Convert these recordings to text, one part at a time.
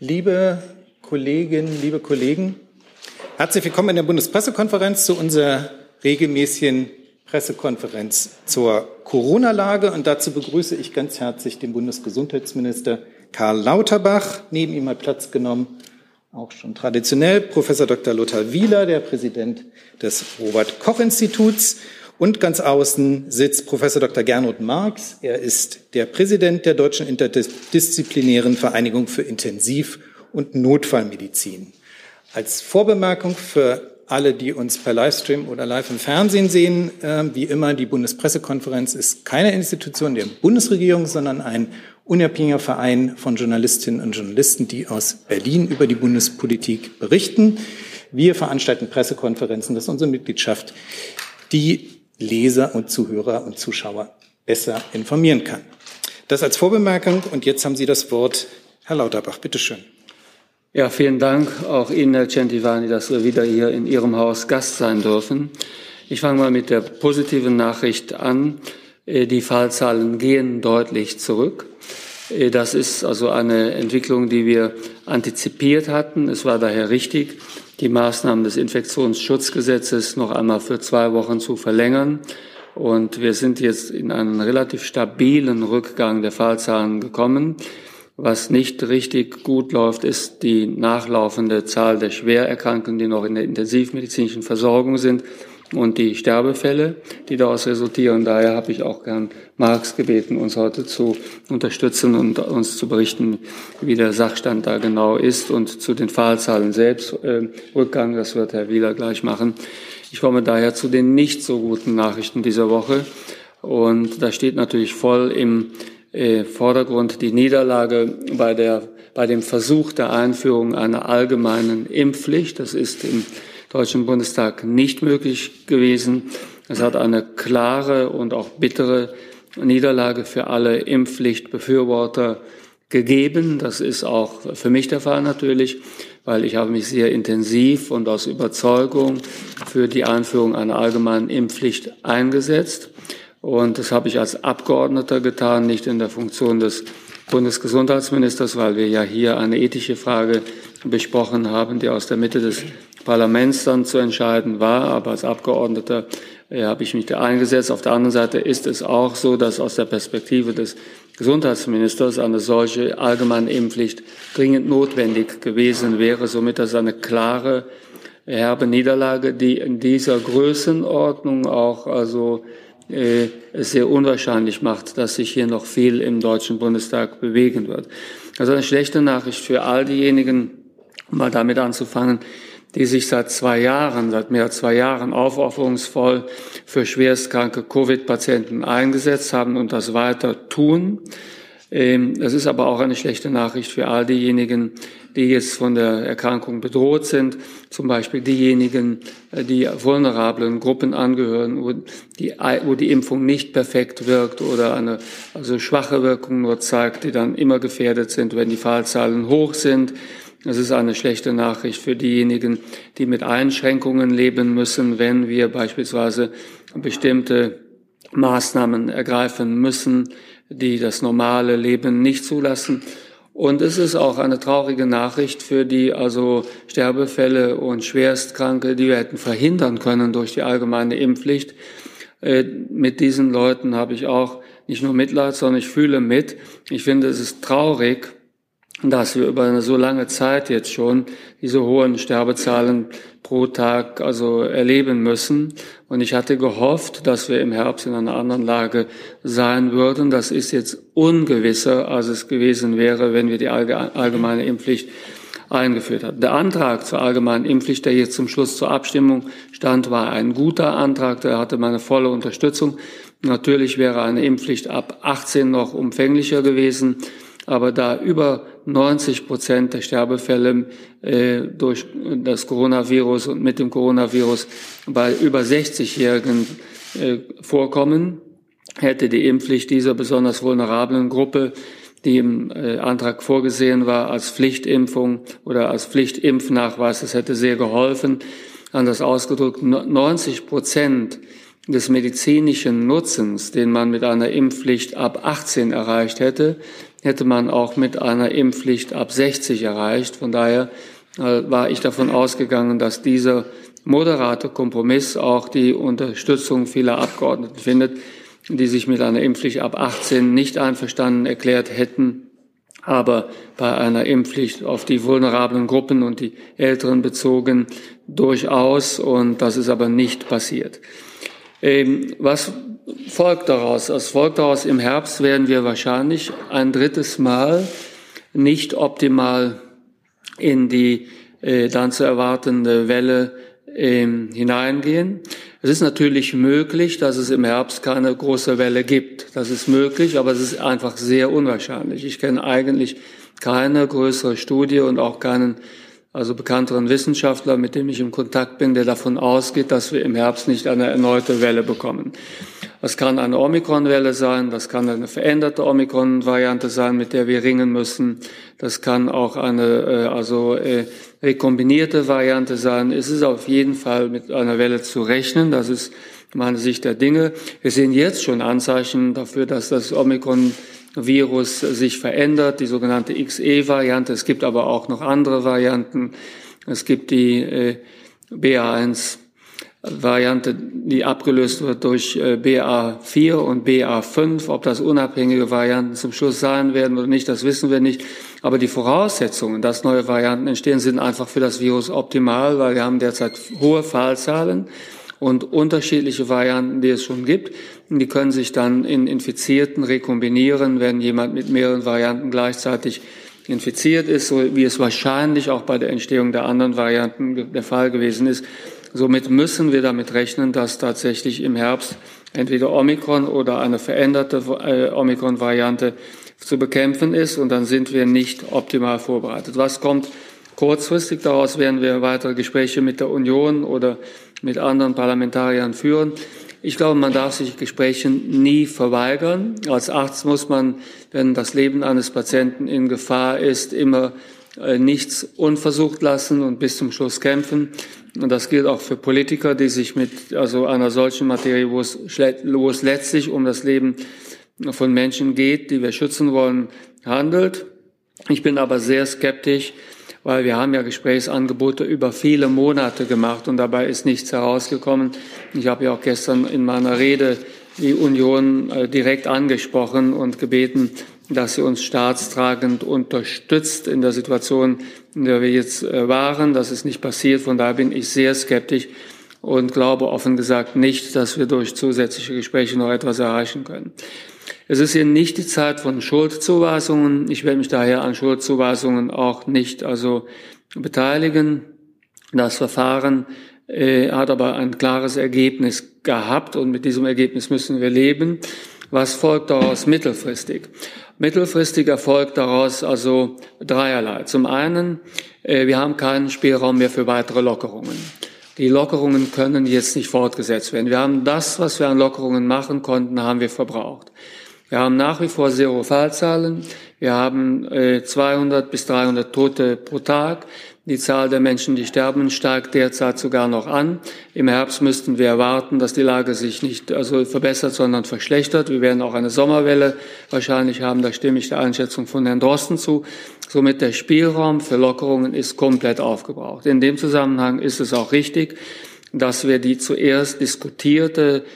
Liebe Kolleginnen, liebe Kollegen, herzlich willkommen in der Bundespressekonferenz zu unserer regelmäßigen Pressekonferenz zur Corona-Lage. Und dazu begrüße ich ganz herzlich den Bundesgesundheitsminister Karl Lauterbach. Neben ihm hat Platz genommen, auch schon traditionell, Professor Dr. Lothar Wieler, der Präsident des Robert-Koch-Instituts. Und ganz außen sitzt Professor Dr. Gernot Marx. Er ist der Präsident der Deutschen Interdisziplinären Vereinigung für Intensiv- und Notfallmedizin. Als Vorbemerkung für alle, die uns per Livestream oder live im Fernsehen sehen, wie immer, die Bundespressekonferenz ist keine Institution der Bundesregierung, sondern ein unabhängiger Verein von Journalistinnen und Journalisten, die aus Berlin über die Bundespolitik berichten. Wir veranstalten Pressekonferenzen, das ist unsere Mitgliedschaft, die Leser und Zuhörer und Zuschauer besser informieren kann. Das als Vorbemerkung. Und jetzt haben Sie das Wort, Herr Lauterbach. Bitte schön. Ja, vielen Dank auch Ihnen, Herr Centivani, dass wir wieder hier in Ihrem Haus Gast sein dürfen. Ich fange mal mit der positiven Nachricht an. Die Fallzahlen gehen deutlich zurück. Das ist also eine Entwicklung, die wir antizipiert hatten. Es war daher richtig, die Maßnahmen des Infektionsschutzgesetzes noch einmal für 2 Wochen zu verlängern. Und wir sind jetzt in einen relativ stabilen Rückgang der Fallzahlen gekommen. Was nicht richtig gut läuft, ist die nachlaufende Zahl der Schwererkrankten, die noch in der intensivmedizinischen Versorgung sind, und die Sterbefälle, die daraus resultieren. Daher habe ich auch Herrn Marx gebeten, uns heute zu unterstützen und uns zu berichten, wie der Sachstand da genau ist. Und zu den Fallzahlen selbst, Rückgang, das wird Herr Wieler gleich machen. Ich komme daher zu den nicht so guten Nachrichten dieser Woche. Und da steht natürlich voll im Vordergrund die Niederlage bei dem Versuch der Einführung einer allgemeinen Impfpflicht. Das ist im Deutschen Bundestag nicht möglich gewesen. Es hat eine klare und auch bittere Niederlage für alle Impfpflichtbefürworter gegeben. Das ist auch für mich der Fall natürlich, weil ich habe mich sehr intensiv und aus Überzeugung für die Einführung einer allgemeinen Impfpflicht eingesetzt. Und das habe ich als Abgeordneter getan, nicht in der Funktion des Bundesgesundheitsministers, weil wir ja hier eine ethische Frage besprochen haben, die aus der Mitte des Parlaments dann zu entscheiden war. Aber als Abgeordneter habe ich mich da eingesetzt. Auf der anderen Seite ist es auch so, dass aus der Perspektive des Gesundheitsministers eine solche allgemeine Impfpflicht dringend notwendig gewesen wäre. Somit ist eine klare, herbe Niederlage, die in dieser Größenordnung auch es sehr unwahrscheinlich macht, dass sich hier noch viel im Deutschen Bundestag bewegen wird. Also eine schlechte Nachricht für all diejenigen, um mal damit anzufangen, die sich seit mehr als 2 Jahren aufopferungsvoll für schwerstkranke Covid-Patienten eingesetzt haben und das weiter tun. Das ist aber auch eine schlechte Nachricht für all diejenigen, die jetzt von der Erkrankung bedroht sind, zum Beispiel diejenigen, die vulnerablen Gruppen angehören, wo die Impfung nicht perfekt wirkt oder eine schwache Wirkung nur zeigt, die dann immer gefährdet sind, wenn die Fallzahlen hoch sind. Es ist eine schlechte Nachricht für diejenigen, die mit Einschränkungen leben müssen, wenn wir beispielsweise bestimmte Maßnahmen ergreifen müssen, die das normale Leben nicht zulassen. Und es ist auch eine traurige Nachricht für die Sterbefälle und Schwerstkranke, die wir hätten verhindern können durch die allgemeine Impfpflicht. Mit diesen Leuten habe ich auch nicht nur Mitleid, sondern ich fühle mit. Ich finde, es ist traurig, dass wir über eine so lange Zeit jetzt schon diese hohen Sterbezahlen pro Tag erleben müssen. Und ich hatte gehofft, dass wir im Herbst in einer anderen Lage sein würden. Das ist jetzt ungewisser, als es gewesen wäre, wenn wir die allgemeine Impfpflicht eingeführt hatten. Der Antrag zur allgemeinen Impfpflicht, der jetzt zum Schluss zur Abstimmung stand, war ein guter Antrag. Der hatte meine volle Unterstützung. Natürlich wäre eine Impfpflicht ab 18 noch umfänglicher gewesen. Aber da über 90% der Sterbefälle durch das Coronavirus und mit dem Coronavirus bei über 60-Jährigen vorkommen, hätte die Impfpflicht dieser besonders vulnerablen Gruppe, die im Antrag vorgesehen war, als Pflichtimpfung oder als Pflichtimpfnachweis, das hätte sehr geholfen. Anders ausgedrückt, 90% des medizinischen Nutzens, den man mit einer Impfpflicht ab 18 erreicht hätte, hätte man auch mit einer Impfpflicht ab 60 erreicht. Von daher war ich davon ausgegangen, dass dieser moderate Kompromiss auch die Unterstützung vieler Abgeordneten findet, die sich mit einer Impfpflicht ab 18 nicht einverstanden erklärt hätten, aber bei einer Impfpflicht auf die vulnerablen Gruppen und die Älteren bezogen durchaus, und das ist aber nicht passiert. Was folgt daraus? Es folgt daraus, im Herbst werden wir wahrscheinlich ein drittes Mal nicht optimal in die dann zu erwartende Welle hineingehen. Es ist natürlich möglich, dass es im Herbst keine große Welle gibt. Das ist möglich, aber es ist einfach sehr unwahrscheinlich. Ich kenne eigentlich keine größere Studie und auch keinen bekannteren Wissenschaftler, mit dem ich im Kontakt bin, der davon ausgeht, dass wir im Herbst nicht eine erneute Welle bekommen. Das kann eine Omikron-Welle sein, das kann eine veränderte Omikron-Variante sein, mit der wir ringen müssen. Das kann auch eine rekombinierte Variante sein. Es ist auf jeden Fall mit einer Welle zu rechnen. Das ist meine Sicht der Dinge. Wir sehen jetzt schon Anzeichen dafür, dass das Omikron-Virus sich verändert, die sogenannte XE-Variante. Es gibt aber auch noch andere Varianten. Es gibt die BA1-Variante, die abgelöst wird durch BA4 und BA5. Ob das unabhängige Varianten zum Schluss sein werden oder nicht, das wissen wir nicht. Aber die Voraussetzungen, dass neue Varianten entstehen, sind einfach für das Virus optimal, weil wir haben derzeit hohe Fallzahlen und unterschiedliche Varianten, die es schon gibt. Und die können sich dann in Infizierten rekombinieren, wenn jemand mit mehreren Varianten gleichzeitig infiziert ist, so wie es wahrscheinlich auch bei der Entstehung der anderen Varianten der Fall gewesen ist. Somit müssen wir damit rechnen, dass tatsächlich im Herbst entweder Omikron oder eine veränderte Omikron-Variante zu bekämpfen ist, und dann sind wir nicht optimal vorbereitet. Was kommt kurzfristig? Daraus werden wir weitere Gespräche mit der Union oder mit anderen Parlamentariern führen. Ich glaube, man darf sich Gesprächen nie verweigern. Als Arzt muss man, wenn das Leben eines Patienten in Gefahr ist, immer nichts unversucht lassen und bis zum Schluss kämpfen. Und das gilt auch für Politiker, die sich mit einer solchen Materie, wo es letztlich um das Leben von Menschen geht, die wir schützen wollen, handelt. Ich bin aber sehr skeptisch, weil wir haben ja Gesprächsangebote über viele Monate gemacht und dabei ist nichts herausgekommen. Ich habe ja auch gestern in meiner Rede die Union direkt angesprochen und gebeten, dass sie uns staatstragend unterstützt in der Situation, in der wir jetzt waren. Das ist nicht passiert, von daher bin ich sehr skeptisch und glaube offen gesagt nicht, dass wir durch zusätzliche Gespräche noch etwas erreichen können. Es ist hier nicht die Zeit von Schuldzuweisungen. Ich werde mich daher an Schuldzuweisungen auch nicht beteiligen. Das Verfahren hat aber ein klares Ergebnis gehabt und mit diesem Ergebnis müssen wir leben. Was folgt daraus mittelfristig? Mittelfristig erfolgt daraus dreierlei. Zum einen, wir haben keinen Spielraum mehr für weitere Lockerungen. Die Lockerungen können jetzt nicht fortgesetzt werden. Wir haben das, was wir an Lockerungen machen konnten, haben wir verbraucht. Wir haben nach wie vor sehr hohe Fallzahlen. Wir haben 200 bis 300 Tote pro Tag. Die Zahl der Menschen, die sterben, steigt derzeit sogar noch an. Im Herbst müssten wir erwarten, dass die Lage sich nicht verbessert, sondern verschlechtert. Wir werden auch eine Sommerwelle wahrscheinlich haben. Da stimme ich der Einschätzung von Herrn Drosten zu. Somit der Spielraum für Lockerungen ist komplett aufgebraucht. In dem Zusammenhang ist es auch richtig, dass wir die zuerst diskutierte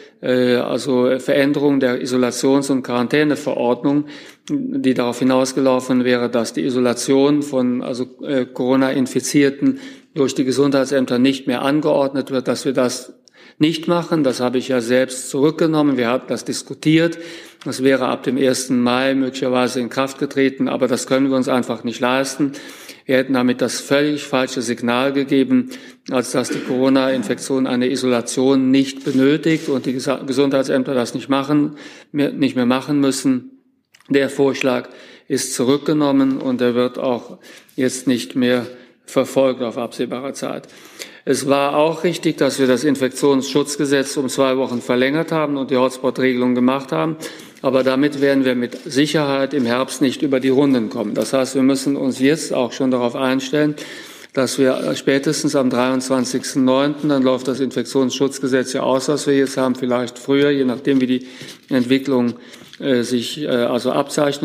Veränderung der Isolations- und Quarantäneverordnung, die darauf hinausgelaufen wäre, dass die Isolation von Corona-Infizierten durch die Gesundheitsämter nicht mehr angeordnet wird, dass wir das nicht machen. Das habe ich ja selbst zurückgenommen. Wir hatten das diskutiert. Das wäre ab dem 1. Mai möglicherweise in Kraft getreten, aber das können wir uns einfach nicht leisten. Wir hätten damit das völlig falsche Signal gegeben, als dass die Corona-Infektion eine Isolation nicht benötigt und die Gesundheitsämter das nicht mehr machen müssen. Der Vorschlag ist zurückgenommen und er wird auch jetzt nicht mehr verfolgt auf absehbare Zeit. Es war auch richtig, dass wir das Infektionsschutzgesetz um 2 Wochen verlängert haben und die Hotspot-Regelung gemacht haben. Aber damit werden wir mit Sicherheit im Herbst nicht über die Runden kommen. Das heißt, wir müssen uns jetzt auch schon darauf einstellen, dass wir spätestens am 23.09., dann läuft das Infektionsschutzgesetz ja aus, was wir jetzt haben, vielleicht früher, je nachdem wie die Entwicklung sich abzeichnen,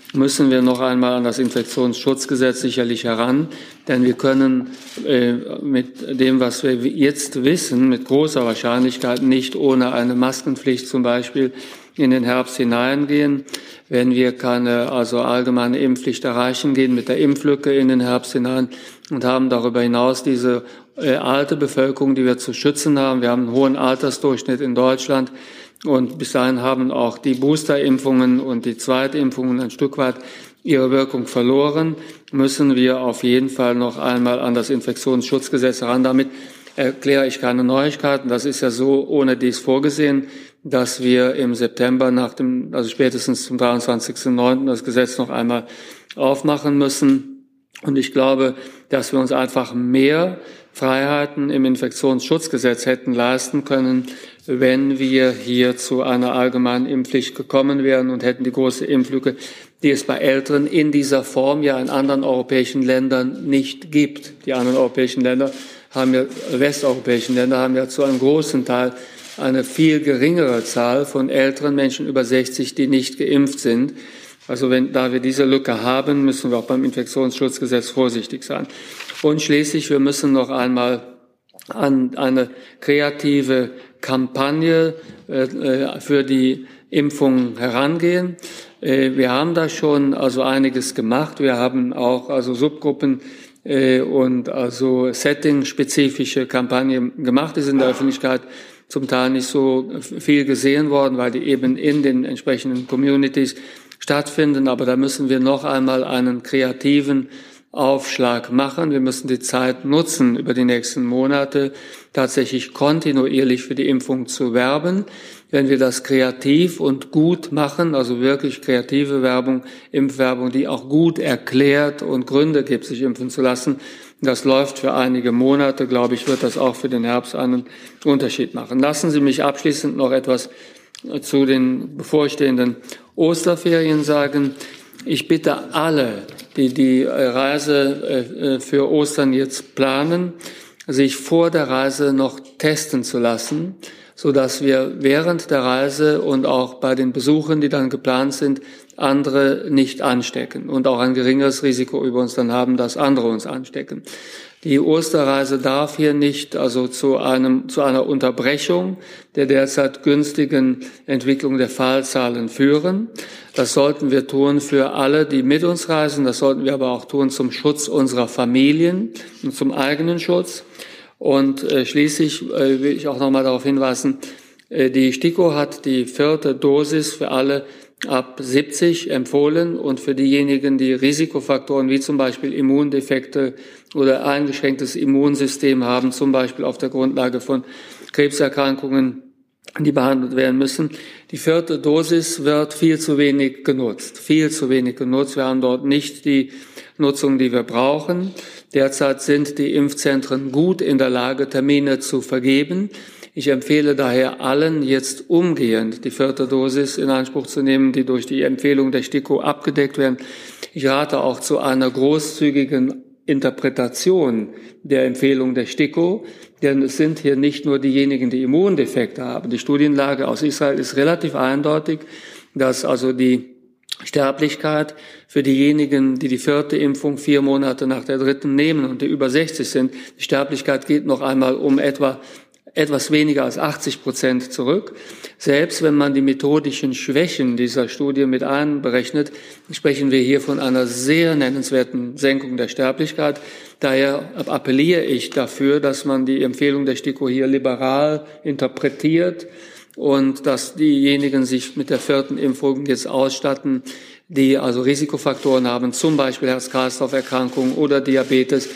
müssen wir noch einmal an das Infektionsschutzgesetz sicherlich heran, denn wir können mit dem, was wir jetzt wissen, mit großer Wahrscheinlichkeit nicht ohne eine Maskenpflicht zum Beispiel in den Herbst hineingehen. Wenn wir keine allgemeine Impfpflicht erreichen, gehen mit der Impflücke in den Herbst hinein und haben darüber hinaus diese alte Bevölkerung, die wir zu schützen haben. Wir haben einen hohen Altersdurchschnitt in Deutschland. Und bis dahin haben auch die Boosterimpfungen und die Zweitimpfungen ein Stück weit ihre Wirkung verloren, müssen wir auf jeden Fall noch einmal an das Infektionsschutzgesetz heran. Damit erkläre ich keine Neuigkeiten. Das ist ja so ohne dies vorgesehen, dass wir im September spätestens zum 23.09. das Gesetz noch einmal aufmachen müssen. Und ich glaube, dass wir uns einfach mehr Freiheiten im Infektionsschutzgesetz hätten leisten können, wenn wir hier zu einer allgemeinen Impfpflicht gekommen wären und hätten die große Impflücke, die es bei Älteren in dieser Form ja in anderen europäischen Ländern nicht gibt. Die anderen westeuropäischen Länder haben ja zu einem großen Teil eine viel geringere Zahl von älteren Menschen über 60, die nicht geimpft sind. Also da wir diese Lücke haben, müssen wir auch beim Infektionsschutzgesetz vorsichtig sein. Und schließlich, wir müssen noch einmal an eine kreative Kampagne für die Impfung herangehen. Wir haben da schon einiges gemacht. Wir haben auch Subgruppen und setting-spezifische Kampagnen gemacht. Die sind in der Öffentlichkeit zum Teil nicht so viel gesehen worden, weil die eben in den entsprechenden Communities stattfinden. Aber da müssen wir noch einmal einen kreativen Aufschlag machen. Wir müssen die Zeit nutzen, über die nächsten Monate tatsächlich kontinuierlich für die Impfung zu werben. Wenn wir das kreativ und gut machen, also wirklich kreative Werbung, Impfwerbung, die auch gut erklärt und Gründe gibt, sich impfen zu lassen, das läuft für einige Monate, glaube ich, wird das auch für den Herbst einen Unterschied machen. Lassen Sie mich abschließend noch etwas zu den bevorstehenden Osterferien sagen. Ich bitte alle, die die Reise für Ostern jetzt planen, sich vor der Reise noch testen zu lassen, so dass wir während der Reise und auch bei den Besuchen, die dann geplant sind, andere nicht anstecken und auch ein geringeres Risiko über uns dann haben, dass andere uns anstecken. Die Osterreise darf hier nicht zu einer Unterbrechung der derzeit günstigen Entwicklung der Fallzahlen führen. Das sollten wir tun für alle, die mit uns reisen. Das sollten wir aber auch tun zum Schutz unserer Familien und zum eigenen Schutz. Und schließlich will ich auch noch mal darauf hinweisen, die STIKO hat die 4. Dosis für alle ab 70 empfohlen und für diejenigen, die Risikofaktoren wie zum Beispiel Immundefekte oder eingeschränktes Immunsystem haben, zum Beispiel auf der Grundlage von Krebserkrankungen, die behandelt werden müssen. Die 4. Dosis wird viel zu wenig genutzt. Wir haben dort nicht die Nutzung, die wir brauchen. Derzeit sind die Impfzentren gut in der Lage, Termine zu vergeben. Ich empfehle daher allen, jetzt umgehend die 4. Dosis in Anspruch zu nehmen, die durch die Empfehlung der STIKO abgedeckt werden. Ich rate auch zu einer großzügigen Interpretation der Empfehlung der STIKO, denn es sind hier nicht nur diejenigen, die Immundefekte haben. Die Studienlage aus Israel ist relativ eindeutig, dass die Sterblichkeit für diejenigen, die die 4. Impfung 4 Monate nach der 3. nehmen und die über 60 sind, die Sterblichkeit geht noch einmal um etwas weniger als 80% zurück. Selbst wenn man die methodischen Schwächen dieser Studie mit einberechnet, sprechen wir hier von einer sehr nennenswerten Senkung der Sterblichkeit. Daher appelliere ich dafür, dass man die Empfehlung der STIKO hier liberal interpretiert und dass diejenigen sich mit der 4. Impfung jetzt ausstatten, die Risikofaktoren haben, zum Beispiel Herz-Kreislauf-Erkrankungen oder Diabetes,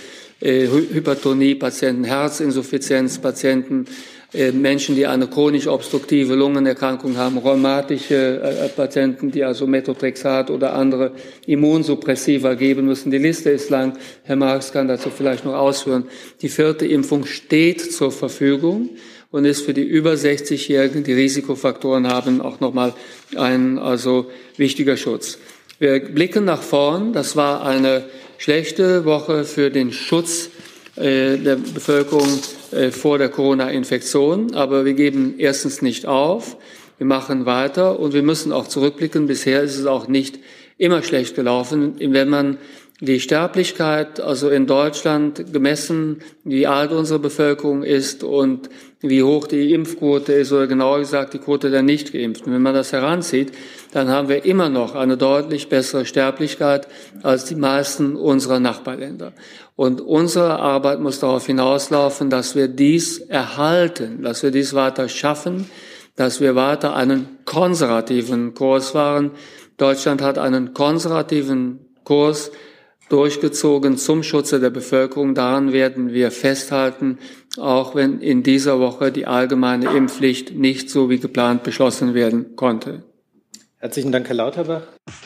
Hypertonie-Patienten, Herzinsuffizienz-Patienten, Menschen, die eine chronisch obstruktive Lungenerkrankung haben, rheumatische Patienten, die Methotrexat oder andere Immunsuppressiva geben müssen. Die Liste ist lang. Herr Marx kann dazu vielleicht noch ausführen. Die 4. Impfung steht zur Verfügung und ist für die über 60-Jährigen, die Risikofaktoren haben, auch nochmal ein wichtiger Schutz. Wir blicken nach vorn. Das war eine schlechte Woche für den Schutz der Bevölkerung vor der Corona-Infektion. Aber wir geben erstens nicht auf. Wir machen weiter und wir müssen auch zurückblicken. Bisher ist es auch nicht immer schlecht gelaufen. Wenn man die Sterblichkeit, also in Deutschland gemessen, wie alt unsere Bevölkerung ist und wie hoch die Impfquote ist, oder genauer gesagt die Quote der Nicht-Geimpften. Wenn man das heranzieht, dann haben wir immer noch eine deutlich bessere Sterblichkeit als die meisten unserer Nachbarländer. Und unsere Arbeit muss darauf hinauslaufen, dass wir dies erhalten, dass wir dies weiter schaffen, dass wir weiter einen konservativen Kurs fahren. Deutschland hat einen konservativen Kurs durchgezogen zum Schutze der Bevölkerung. Daran werden wir festhalten, auch wenn in dieser Woche die allgemeine Impfpflicht nicht so wie geplant beschlossen werden konnte. Herzlichen Dank, Herr Lauterbach.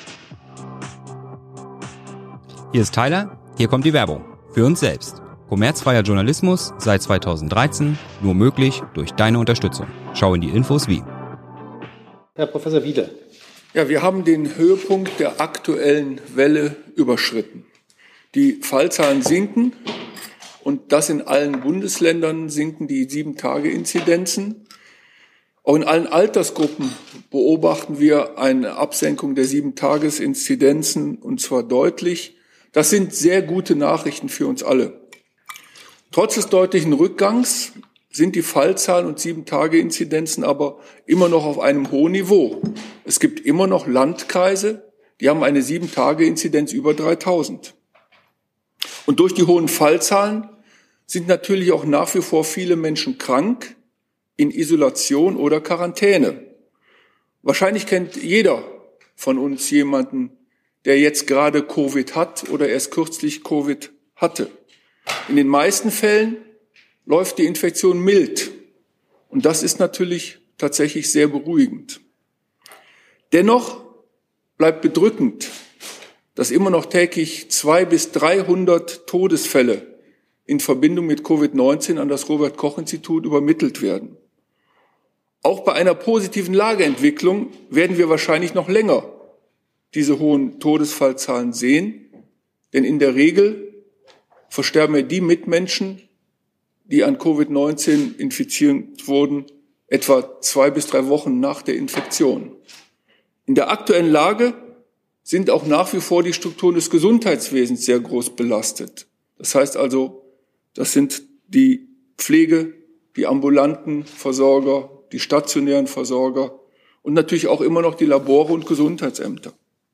Hier ist Tyler, hier kommt die Werbung. Für uns selbst. Kommerzfreier Journalismus seit 2013, nur möglich durch deine Unterstützung. Schau in die Infos wie. Herr Professor Wiedler. Ja, wir haben den Höhepunkt der aktuellen Welle überschritten. Die Fallzahlen sinken und das in allen Bundesländern sinken die 7-Tage-Inzidenzen. Auch in allen Altersgruppen beobachten wir eine Absenkung der 7-Tages-Inzidenzen und zwar deutlich. Das sind sehr gute Nachrichten für uns alle. Trotz des deutlichen Rückgangs sind die Fallzahlen und 7-Tage-Inzidenzen aber immer noch auf einem hohen Niveau. Es gibt immer noch Landkreise, die haben eine 7-Tage-Inzidenz über 3000. Und durch die hohen Fallzahlen sind natürlich auch nach wie vor viele Menschen krank, in Isolation oder Quarantäne. Wahrscheinlich kennt jeder von uns jemanden, der jetzt gerade Covid hat oder erst kürzlich Covid hatte. In den meisten Fällen läuft die Infektion mild. Und das ist natürlich tatsächlich sehr beruhigend. Dennoch bleibt bedrückend, dass immer noch täglich 200 bis 300 Todesfälle in Verbindung mit Covid-19 an das Robert-Koch-Institut übermittelt werden. Auch bei einer positiven Lageentwicklung werden wir wahrscheinlich noch länger diese hohen Todesfallzahlen sehen, denn in der Regel versterben ja die Mitmenschen, die an Covid-19 infiziert wurden, etwa 2 bis 3 Wochen nach der Infektion. In der aktuellen Lage sind auch nach wie vor die Strukturen des Gesundheitswesens sehr groß belastet. Das heißt also, das sind die Pflege, die ambulanten Versorger, die stationären Versorger und natürlich auch immer noch die Labore und Gesundheitsämter.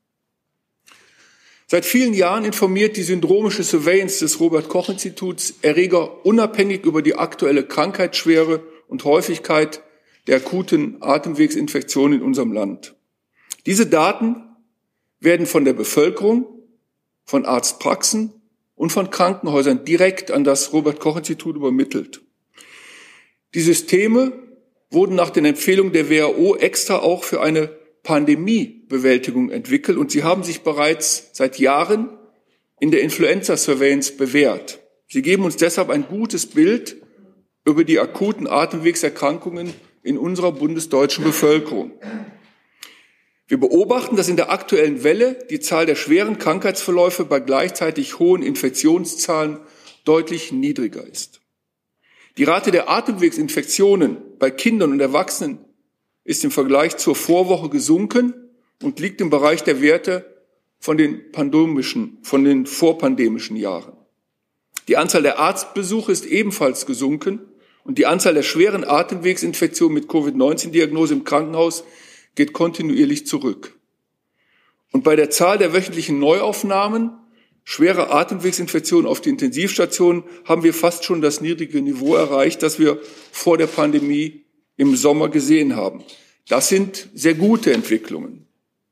Seit vielen Jahren informiert die syndromische Surveillance des Robert-Koch-Instituts Erreger unabhängig über die aktuelle Krankheitsschwere und Häufigkeit der akuten Atemwegsinfektionen in unserem Land. Diese Daten werden von der Bevölkerung, von Arztpraxen und von Krankenhäusern direkt an das Robert-Koch-Institut übermittelt. Die Systeme wurden nach den Empfehlungen der WHO extra auch für eine Pandemiebewältigung entwickelt und sie haben sich bereits seit Jahren in der Influenza-Surveillance bewährt. Sie geben uns deshalb ein gutes Bild über die akuten Atemwegserkrankungen in unserer bundesdeutschen Bevölkerung. Wir beobachten, dass in der aktuellen Welle die Zahl der schweren Krankheitsverläufe bei gleichzeitig hohen Infektionszahlen deutlich niedriger ist. Die Rate der Atemwegsinfektionen bei Kindern und Erwachsenen ist im Vergleich zur Vorwoche gesunken und liegt im Bereich der Werte von den vorpandemischen Jahren. Die Anzahl der Arztbesuche ist ebenfalls gesunken und die Anzahl der schweren Atemwegsinfektionen mit Covid-19-Diagnose im Krankenhaus geht kontinuierlich zurück. Und bei der Zahl der wöchentlichen Neuaufnahmen schwerer Atemwegsinfektionen auf die Intensivstationen haben wir fast schon das niedrige Niveau erreicht, das wir vor der Pandemie im Sommer gesehen haben. Das sind sehr gute Entwicklungen.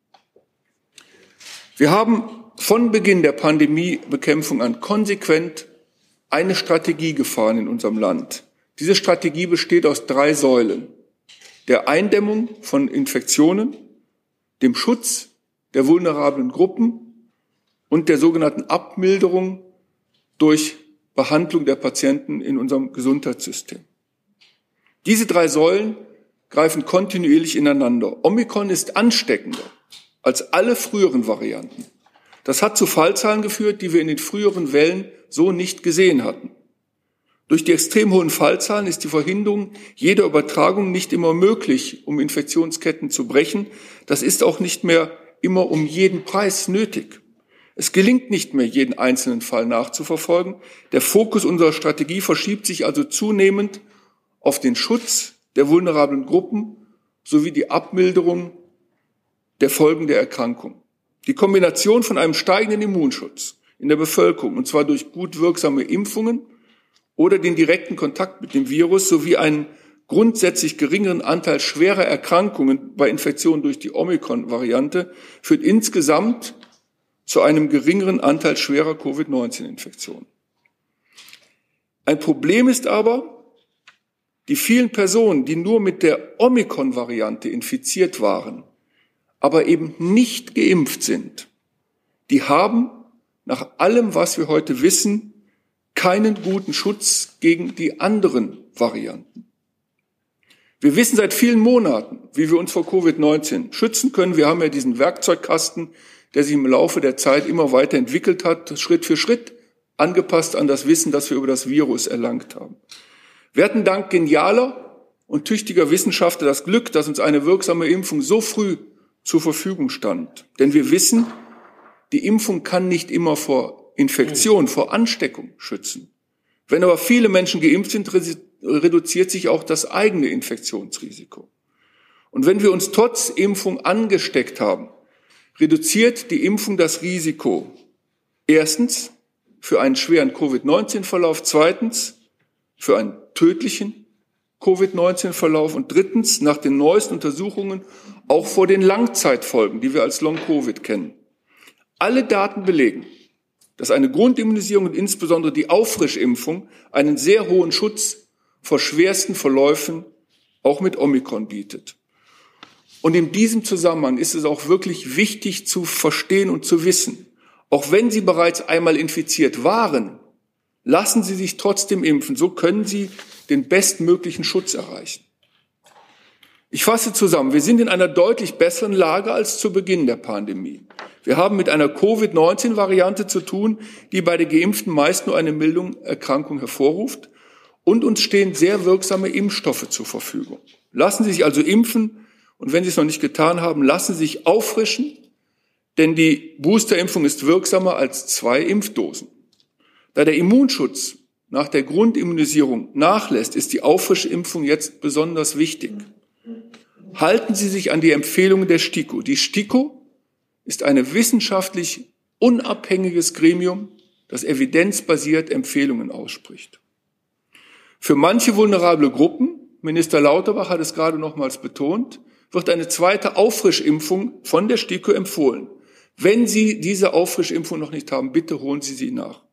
Wir haben von Beginn der Pandemiebekämpfung an konsequent eine Strategie gefahren in unserem Land. Diese Strategie besteht aus 3 Säulen: der Eindämmung von Infektionen, dem Schutz der vulnerablen Gruppen und der sogenannten Abmilderung durch Behandlung der Patienten in unserem Gesundheitssystem. Diese 3 Säulen greifen kontinuierlich ineinander. Omikron ist ansteckender als alle früheren Varianten. Das hat zu Fallzahlen geführt, die wir in den früheren Wellen so nicht gesehen hatten. Durch die extrem hohen Fallzahlen ist die Verhinderung jeder Übertragung nicht immer möglich, um Infektionsketten zu brechen. Das ist auch nicht mehr immer um jeden Preis nötig. Es gelingt nicht mehr, jeden einzelnen Fall nachzuverfolgen. Der Fokus unserer Strategie verschiebt sich also zunehmend auf den Schutz der vulnerablen Gruppen sowie die Abmilderung der Folgen der Erkrankung. Die Kombination von einem steigenden Immunschutz in der Bevölkerung, und zwar durch gut wirksame Impfungen oder den direkten Kontakt mit dem Virus, sowie einen grundsätzlich geringeren Anteil schwerer Erkrankungen bei Infektionen durch die Omikron-Variante, führt insgesamt zu einem geringeren Anteil schwerer Covid-19-Infektionen. Ein Problem ist aber, die vielen Personen, die nur mit der Omikron-Variante infiziert waren, aber eben nicht geimpft sind, die haben nach allem, was wir heute wissen, keinen guten Schutz gegen die anderen Varianten. Wir wissen seit vielen Monaten, wie wir uns vor Covid-19 schützen können. Wir haben ja diesen Werkzeugkasten, der sich im Laufe der Zeit immer weiter entwickelt hat, Schritt für Schritt, angepasst an das Wissen, das wir über das Virus erlangt haben. Wir hatten dank genialer und tüchtiger Wissenschaftler das Glück, dass uns eine wirksame Impfung so früh zur Verfügung stand. Denn wir wissen, die Impfung kann nicht immer vor Infektion, vor Ansteckung schützen. Wenn aber viele Menschen geimpft sind, reduziert sich auch das eigene Infektionsrisiko. Und wenn wir uns trotz Impfung angesteckt haben, reduziert die Impfung das Risiko erstens für einen schweren Covid-19-Verlauf, zweitens für einen tödlichen Covid-19-Verlauf und drittens nach den neuesten Untersuchungen auch vor den Langzeitfolgen, die wir als Long-Covid kennen. Alle Daten belegen, dass eine Grundimmunisierung und insbesondere die Auffrischimpfung einen sehr hohen Schutz vor schwersten Verläufen auch mit Omikron bietet. Und in diesem Zusammenhang ist es auch wirklich wichtig zu verstehen und zu wissen, auch wenn Sie bereits einmal infiziert waren, lassen Sie sich trotzdem impfen. So können Sie den bestmöglichen Schutz erreichen. Ich fasse zusammen. Wir sind in einer deutlich besseren Lage als zu Beginn der Pandemie. Wir haben mit einer Covid-19-Variante zu tun, die bei den Geimpften meist nur eine milde Erkrankung hervorruft. Und uns stehen sehr wirksame Impfstoffe zur Verfügung. Lassen Sie sich also impfen. Und wenn Sie es noch nicht getan haben, lassen Sie sich auffrischen, denn die Boosterimpfung ist wirksamer als 2 Impfdosen. Da der Immunschutz nach der Grundimmunisierung nachlässt, ist die Auffrischimpfung jetzt besonders wichtig. Halten Sie sich an die Empfehlungen der STIKO. Die STIKO ist ein wissenschaftlich unabhängiges Gremium, das evidenzbasiert Empfehlungen ausspricht. Für manche vulnerable Gruppen, Minister Lauterbach hat es gerade nochmals betont, wird eine zweite Auffrischimpfung von der STIKO empfohlen. Wenn Sie diese Auffrischimpfung noch nicht haben, bitte holen Sie sie nach.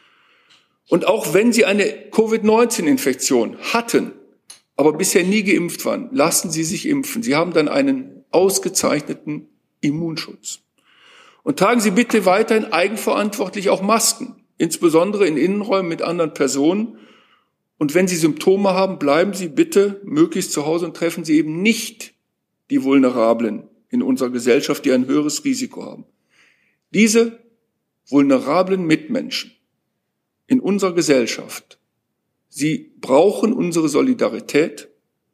Und auch wenn Sie eine Covid-19-Infektion hatten, aber bisher nie geimpft waren, lassen Sie sich impfen. Sie haben dann einen ausgezeichneten Immunschutz. Und tragen Sie bitte weiterhin eigenverantwortlich auch Masken, insbesondere in Innenräumen mit anderen Personen. Und wenn Sie Symptome haben, bleiben Sie bitte möglichst zu Hause und treffen Sie eben nicht die Vulnerablen in unserer Gesellschaft, die ein höheres Risiko haben. Diese vulnerablen Mitmenschen in unserer Gesellschaft, sie brauchen unsere Solidarität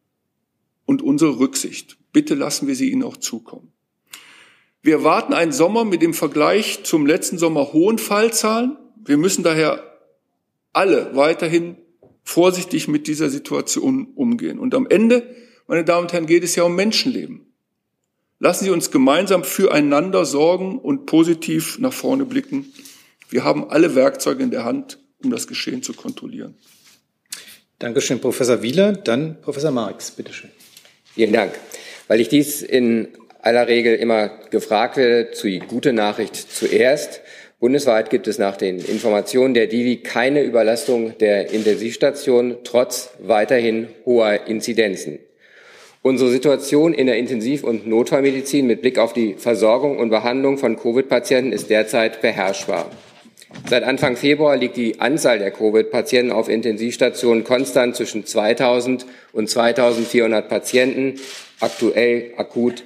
und unsere Rücksicht. Bitte lassen wir sie ihnen auch zukommen. Wir erwarten einen Sommer mit dem Vergleich zum letzten Sommer hohen Fallzahlen. Wir müssen daher alle weiterhin vorsichtig mit dieser Situation umgehen. Und am Ende, meine Damen und Herren, geht es ja um Menschenleben. Lassen Sie uns gemeinsam füreinander sorgen und positiv nach vorne blicken. Wir haben alle Werkzeuge in der Hand, um das Geschehen zu kontrollieren. Dankeschön, Professor Wieler. Dann Professor Marx, bitteschön. Vielen Dank. Weil ich dies in aller Regel immer gefragt werde, die gute Nachricht zuerst. Bundesweit gibt es nach den Informationen der DIVI keine Überlastung der Intensivstationen, trotz weiterhin hoher Inzidenzen. Unsere Situation in der Intensiv- und Notfallmedizin mit Blick auf die Versorgung und Behandlung von Covid-Patienten ist derzeit beherrschbar. Seit Anfang Februar liegt die Anzahl der Covid-Patienten auf Intensivstationen konstant zwischen 2.000 und 2.400 Patienten, aktuell akut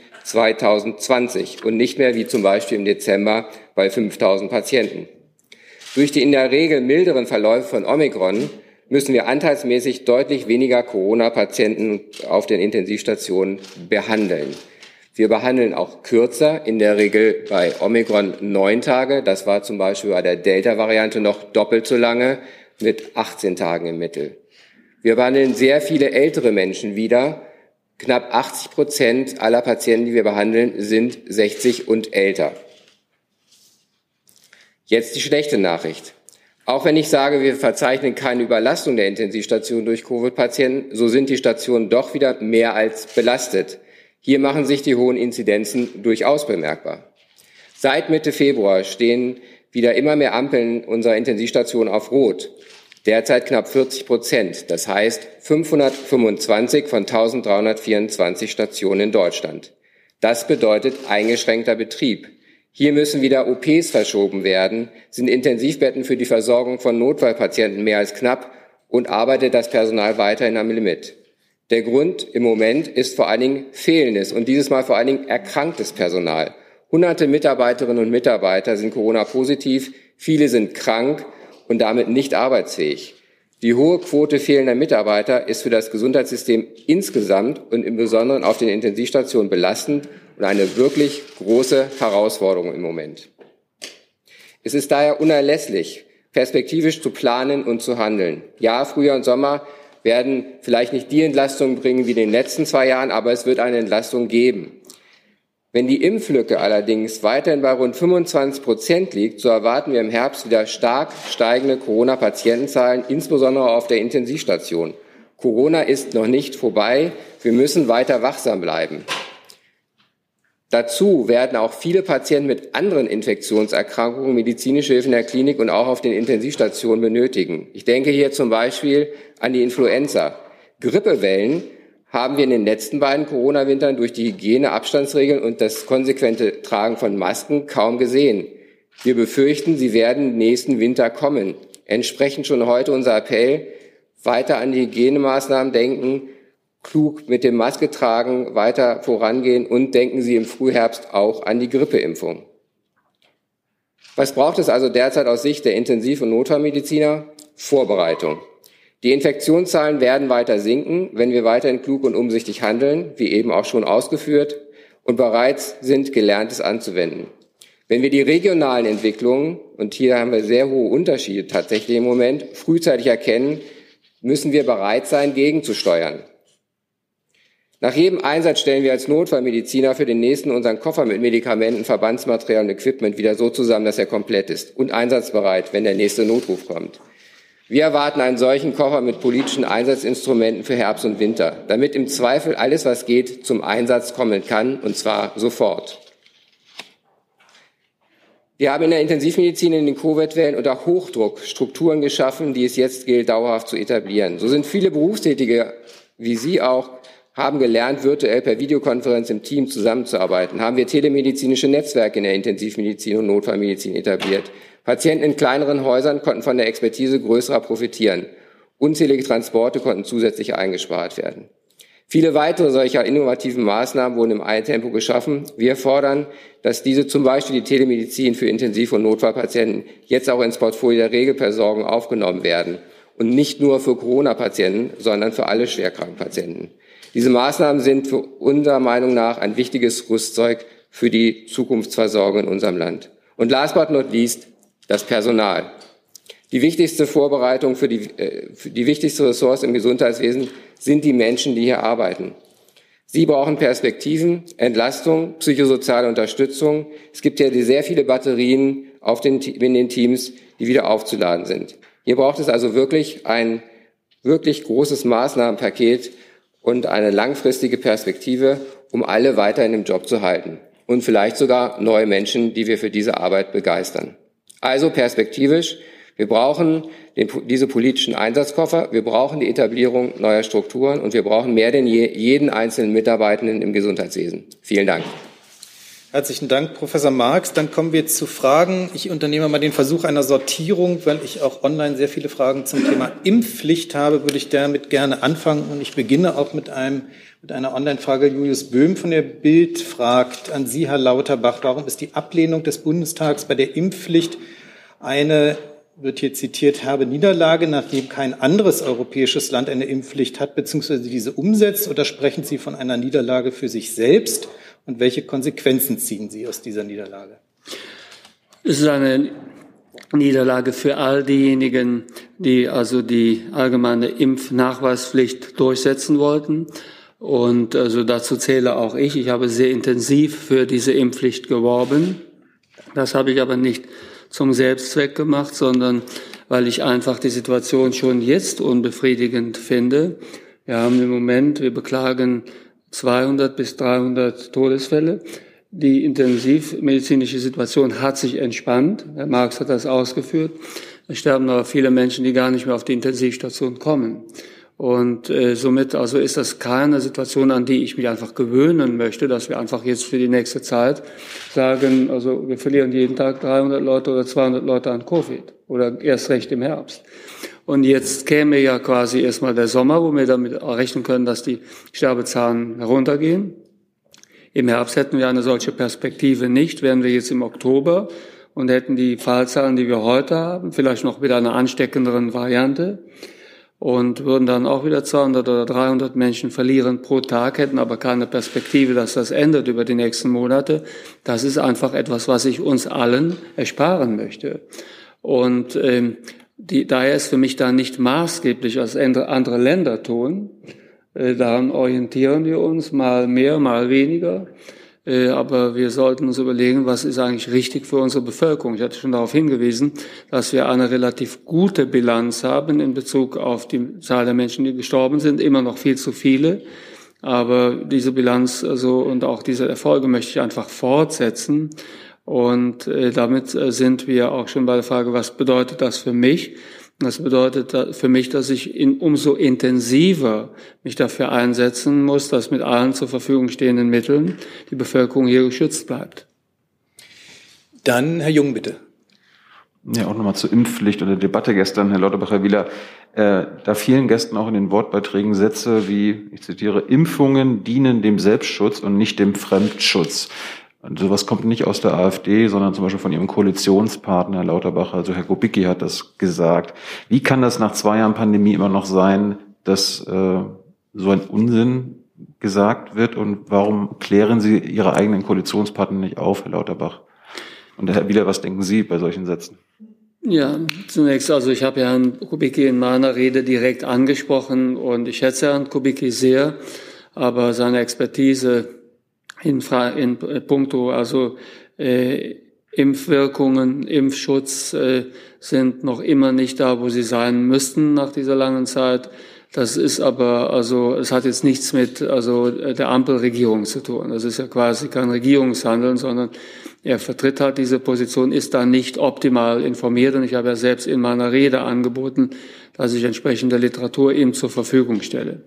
2020 und nicht mehr wie zum Beispiel im Dezember bei 5.000 Patienten. Durch die in der Regel milderen Verläufe von Omikron müssen wir anteilsmäßig deutlich weniger Corona-Patienten auf den Intensivstationen behandeln. Wir behandeln auch kürzer, in der Regel bei Omikron 9 Tage. Das war zum Beispiel bei der Delta-Variante noch doppelt so lange, mit 18 Tagen im Mittel. Wir behandeln sehr viele ältere Menschen wieder. Knapp 80% aller Patienten, die wir behandeln, sind 60 und älter. Jetzt die schlechte Nachricht. Auch wenn ich sage, wir verzeichnen keine Überlastung der Intensivstationen durch Covid-Patienten, so sind die Stationen doch wieder mehr als belastet. Hier machen sich die hohen Inzidenzen durchaus bemerkbar. Seit Mitte Februar stehen wieder immer mehr Ampeln unserer Intensivstationen auf Rot. Derzeit knapp 40%, das heißt 525 von 1324 Stationen in Deutschland. Das bedeutet eingeschränkter Betrieb. Hier müssen wieder OPs verschoben werden, sind Intensivbetten für die Versorgung von Notfallpatienten mehr als knapp und arbeitet das Personal weiterhin am Limit. Der Grund im Moment ist vor allen Dingen fehlendes und dieses Mal vor allen Dingen erkranktes Personal. Hunderte Mitarbeiterinnen und Mitarbeiter sind Corona-positiv, viele sind krank und damit nicht arbeitsfähig. Die hohe Quote fehlender Mitarbeiter ist für das Gesundheitssystem insgesamt und im Besonderen auf den Intensivstationen belastend und eine wirklich große Herausforderung im Moment. Es ist daher unerlässlich, perspektivisch zu planen und zu handeln. Ja, Frühjahr und Sommer werden vielleicht nicht die Entlastung bringen wie in den letzten 2 Jahren, aber es wird eine Entlastung geben. Wenn die Impflücke allerdings weiterhin bei rund 25% liegt, so erwarten wir im Herbst wieder stark steigende Corona-Patientenzahlen, insbesondere auf der Intensivstation. Corona ist noch nicht vorbei. Wir müssen weiter wachsam bleiben. Dazu werden auch viele Patienten mit anderen Infektionserkrankungen medizinische Hilfe in der Klinik und auch auf den Intensivstationen benötigen. Ich denke hier zum Beispiel an die Influenza. Grippewellen haben wir in den letzten beiden Corona-Wintern durch die Hygieneabstandsregeln und das konsequente Tragen von Masken kaum gesehen. Wir befürchten, sie werden nächsten Winter kommen. Entsprechend schon heute unser Appell, weiter an die Hygienemaßnahmen denken, klug mit dem Maske tragen, weiter vorangehen und denken Sie im Frühherbst auch an die Grippeimpfung. Was braucht es also derzeit aus Sicht der Intensiv- und Notfallmediziner? Vorbereitung. Die Infektionszahlen werden weiter sinken, wenn wir weiterhin klug und umsichtig handeln, wie eben auch schon ausgeführt, und bereits sind Gelerntes anzuwenden. Wenn wir die regionalen Entwicklungen, und hier haben wir sehr hohe Unterschiede tatsächlich im Moment, frühzeitig erkennen, müssen wir bereit sein, gegenzusteuern. Nach jedem Einsatz stellen wir als Notfallmediziner für den nächsten unseren Koffer mit Medikamenten, Verbandsmaterial und Equipment wieder so zusammen, dass er komplett ist und einsatzbereit, wenn der nächste Notruf kommt. Wir erwarten einen solchen Koffer mit politischen Einsatzinstrumenten für Herbst und Winter, damit im Zweifel alles, was geht, zum Einsatz kommen kann, und zwar sofort. Wir haben in der Intensivmedizin in den Covid-Wellen unter Hochdruck Strukturen geschaffen, die es jetzt gilt, dauerhaft zu etablieren. So sind viele Berufstätige, wie Sie auch, haben gelernt, virtuell per Videokonferenz im Team zusammenzuarbeiten. Haben wir telemedizinische Netzwerke in der Intensivmedizin und Notfallmedizin etabliert. Patienten in kleineren Häusern konnten von der Expertise größerer profitieren. Unzählige Transporte konnten zusätzlich eingespart werden. Viele weitere solcher innovativen Maßnahmen wurden im Eiltempo geschaffen. Wir fordern, dass diese zum Beispiel die Telemedizin für Intensiv- und Notfallpatienten jetzt auch ins Portfolio der Regelversorgung aufgenommen werden. Und nicht nur für Corona-Patienten, sondern für alle schwerkranken Patienten. Diese Maßnahmen sind für unserer Meinung nach ein wichtiges Rüstzeug für die Zukunftsversorgung in unserem Land. Und last but not least, das Personal. Die wichtigste Vorbereitung für die wichtigste Ressource im Gesundheitswesen sind die Menschen, die hier arbeiten. Sie brauchen Perspektiven, Entlastung, psychosoziale Unterstützung. Es gibt ja sehr viele Batterien in den Teams, die wieder aufzuladen sind. Hier braucht es also wirklich ein wirklich großes Maßnahmenpaket und eine langfristige Perspektive, um alle weiterhin im Job zu halten. Und vielleicht sogar neue Menschen, die wir für diese Arbeit begeistern. Also perspektivisch, wir brauchen diese politischen Einsatzkoffer, wir brauchen die Etablierung neuer Strukturen und wir brauchen mehr denn je jeden einzelnen Mitarbeitenden im Gesundheitswesen. Vielen Dank. Herzlichen Dank, Professor Marx. Dann kommen wir zu Fragen. Ich unternehme mal den Versuch einer Sortierung, weil ich auch online sehr viele Fragen zum Thema Impfpflicht habe, würde ich damit gerne anfangen. Und ich beginne auch mit einer Online-Frage. Julius Böhm von der Bild fragt an Sie, Herr Lauterbach, warum ist die Ablehnung des Bundestags bei der Impfpflicht eine wird hier zitiert, herbe Niederlage, nachdem kein anderes europäisches Land eine Impfpflicht hat bzw. diese umsetzt, oder sprechen Sie von einer Niederlage für sich selbst? Und welche Konsequenzen ziehen Sie aus dieser Niederlage? Es ist eine Niederlage für all diejenigen, die also die allgemeine Impfnachweispflicht durchsetzen wollten. Und also dazu zähle auch ich. Ich habe sehr intensiv für diese Impfpflicht geworben. Das habe ich aber nicht zum Selbstzweck gemacht, sondern weil ich einfach die Situation schon jetzt unbefriedigend finde. Wir beklagen 200 bis 300 Todesfälle. Die intensivmedizinische Situation hat sich entspannt. Herr Marx hat das ausgeführt. Es sterben aber viele Menschen, die gar nicht mehr auf die Intensivstation kommen. Und somit also ist das keine Situation, an die ich mich einfach gewöhnen möchte, dass wir einfach jetzt für die nächste Zeit sagen, also wir verlieren jeden Tag 300 Leute oder 200 Leute an Covid oder erst recht im Herbst. Und jetzt käme ja quasi erstmal der Sommer, wo wir damit rechnen können, dass die Sterbezahlen heruntergehen. Im Herbst hätten wir eine solche Perspektive nicht, wären wir jetzt im Oktober und hätten die Fallzahlen, die wir heute haben, vielleicht noch mit einer ansteckenderen Variante und würden dann auch wieder 200 oder 300 Menschen verlieren pro Tag, hätten aber keine Perspektive, dass das endet über die nächsten Monate. Das ist einfach etwas, was ich uns allen ersparen möchte. Und daher ist für mich da nicht maßgeblich, was andere Länder tun. Daran orientieren wir uns, mal mehr, mal weniger. Aber wir sollten uns überlegen, was ist eigentlich richtig für unsere Bevölkerung. Ich hatte schon darauf hingewiesen, dass wir eine relativ gute Bilanz haben in Bezug auf die Zahl der Menschen, die gestorben sind. Immer noch viel zu viele. Aber diese Bilanz und auch diese Erfolge möchte ich einfach fortsetzen. Und damit sind wir auch schon bei der Frage, was bedeutet das für mich? Das bedeutet für mich, dass ich umso intensiver mich dafür einsetzen muss, dass mit allen zur Verfügung stehenden Mitteln die Bevölkerung hier geschützt bleibt. Dann Herr Jung, bitte. Ja, auch nochmal zur Impfpflicht und der Debatte gestern, Herr Lauterbach-Wieler. Da fielen gestern auch in den Wortbeiträgen Sätze wie, ich zitiere, Impfungen dienen dem Selbstschutz und nicht dem Fremdschutz. Und sowas kommt nicht aus der AfD, sondern zum Beispiel von Ihrem Koalitionspartner, Herr Lauterbach, also Herr Kubicki hat das gesagt. Wie kann das nach 2 Jahren Pandemie immer noch sein, dass so ein Unsinn gesagt wird? Und warum klären Sie Ihre eigenen Koalitionspartner nicht auf, Herr Lauterbach? Und Herr Wieler, was denken Sie bei solchen Sätzen? Ja, zunächst, also ich habe Herrn Kubicki in meiner Rede direkt angesprochen und ich schätze Herrn Kubicki sehr, aber seine Expertise in puncto, Impfwirkungen, Impfschutz sind noch immer nicht da, wo sie sein müssten nach dieser langen Zeit. Das ist aber, es hat jetzt nichts mit, der Ampelregierung zu tun. Das ist ja quasi kein Regierungshandeln, sondern er vertritt halt diese Position, ist da nicht optimal informiert und ich habe ja selbst in meiner Rede angeboten, dass ich entsprechende Literatur ihm zur Verfügung stelle.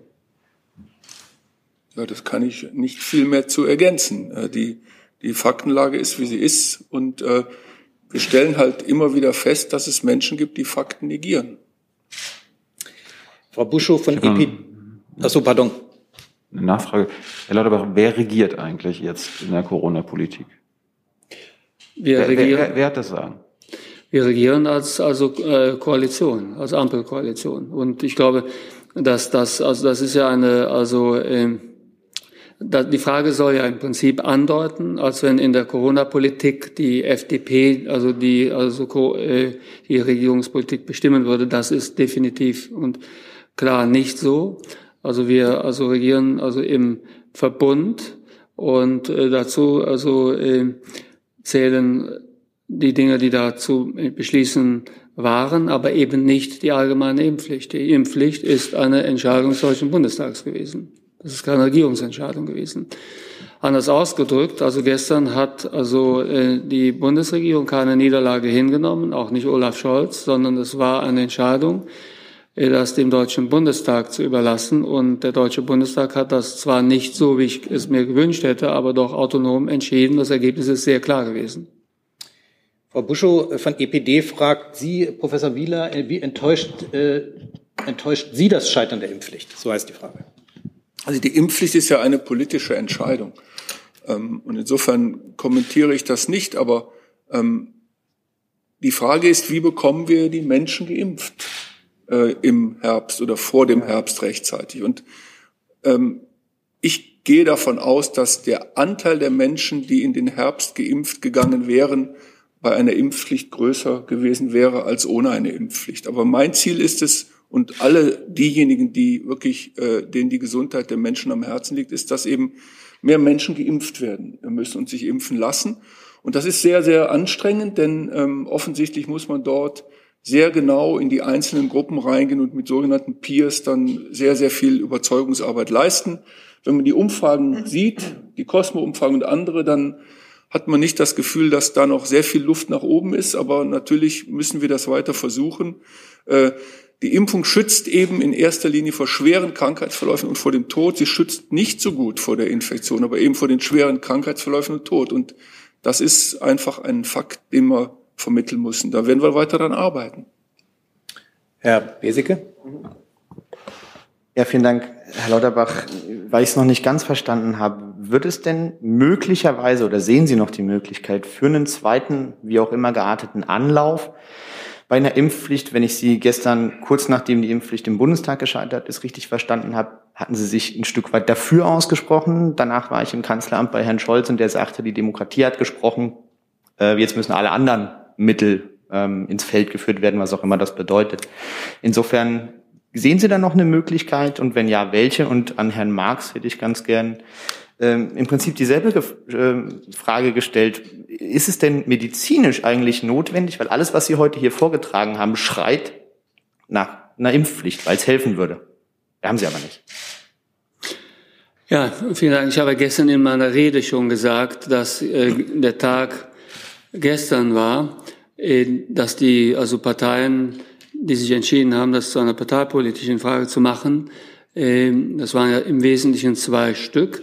Ja, das kann ich nicht viel mehr zu ergänzen. Die Faktenlage ist, wie sie ist. Und wir stellen halt immer wieder fest, dass es Menschen gibt, die Fakten negieren. Frau Buschow von EP. Achso, pardon. Eine Nachfrage. Herr Lauterbach, wer regiert eigentlich jetzt in der Corona-Politik? Wer hat das Sagen? Wir regieren als Koalition, als Ampelkoalition. Und ich glaube, dass das ist ja die Frage soll ja im Prinzip andeuten, als wenn in der Corona-Politik die FDP, die Regierungspolitik bestimmen würde. Das ist definitiv und klar nicht so. Wir regieren im Verbund und dazu zählen die Dinge, die dazu beschließen waren, aber eben nicht die allgemeine Impfpflicht. Die Impfpflicht ist eine Entscheidung des Deutschen Bundestags gewesen. Das ist keine Regierungsentscheidung gewesen. Anders ausgedrückt, gestern hat die Bundesregierung keine Niederlage hingenommen, auch nicht Olaf Scholz, sondern es war eine Entscheidung, das dem Deutschen Bundestag zu überlassen. Und der Deutsche Bundestag hat das zwar nicht so, wie ich es mir gewünscht hätte, aber doch autonom entschieden. Das Ergebnis ist sehr klar gewesen. Frau Buschow von EPD fragt Sie, Professor Wieler, wie enttäuscht Sie das Scheitern der Impfpflicht? So heißt die Frage. Also die Impfpflicht ist ja eine politische Entscheidung. Und insofern kommentiere ich das nicht, aber die die Frage ist, wie bekommen wir die Menschen geimpft im Herbst oder vor dem Herbst rechtzeitig? Und ich gehe davon aus, dass der Anteil der Menschen, die in den Herbst geimpft gegangen wären, bei einer Impfpflicht größer gewesen wäre als ohne eine Impfpflicht. Aber mein Ziel ist es, und alle diejenigen, die wirklich, denen die Gesundheit der Menschen am Herzen liegt, ist, dass eben mehr Menschen geimpft werden müssen und sich impfen lassen. Und das ist sehr, sehr anstrengend, denn offensichtlich muss man dort sehr genau in die einzelnen Gruppen reingehen und mit sogenannten Peers dann sehr, sehr viel Überzeugungsarbeit leisten. Wenn man die Umfragen sieht, die Cosmo-Umfragen und andere, dann hat man nicht das Gefühl, dass da noch sehr viel Luft nach oben ist. Aber natürlich müssen wir das weiter versuchen. Die Impfung schützt eben in erster Linie vor schweren Krankheitsverläufen und vor dem Tod. Sie schützt nicht so gut vor der Infektion, aber eben vor den schweren Krankheitsverläufen und Tod. Und das ist einfach ein Fakt, den wir vermitteln müssen. Da werden wir weiter daran arbeiten. Herr Besicke? Ja, vielen Dank, Herr Lauterbach. Weil ich es noch nicht ganz verstanden habe, wird es denn möglicherweise oder sehen Sie noch die Möglichkeit für einen zweiten, wie auch immer gearteten Anlauf bei einer Impfpflicht? Wenn ich Sie gestern, kurz nachdem die Impfpflicht im Bundestag gescheitert ist, richtig verstanden habe, hatten Sie sich ein Stück weit dafür ausgesprochen. Danach war ich im Kanzleramt bei Herrn Scholz und der sagte, die Demokratie hat gesprochen. Jetzt müssen alle anderen Mittel ins Feld geführt werden, was auch immer das bedeutet. Insofern, sehen Sie da noch eine Möglichkeit und wenn ja, welche? Und an Herrn Marx hätte ich ganz gern im Prinzip dieselbe Frage gestellt. Ist es denn medizinisch eigentlich notwendig, weil alles, was Sie heute hier vorgetragen haben, schreit nach einer Impfpflicht, weil es helfen würde? Das haben Sie aber nicht. Ja, vielen Dank. Ich habe gestern in meiner Rede schon gesagt, dass der Tag gestern war, dass die Parteien, die sich entschieden haben, das zu einer parteipolitischen Frage zu machen, das waren ja im Wesentlichen 2 Stück,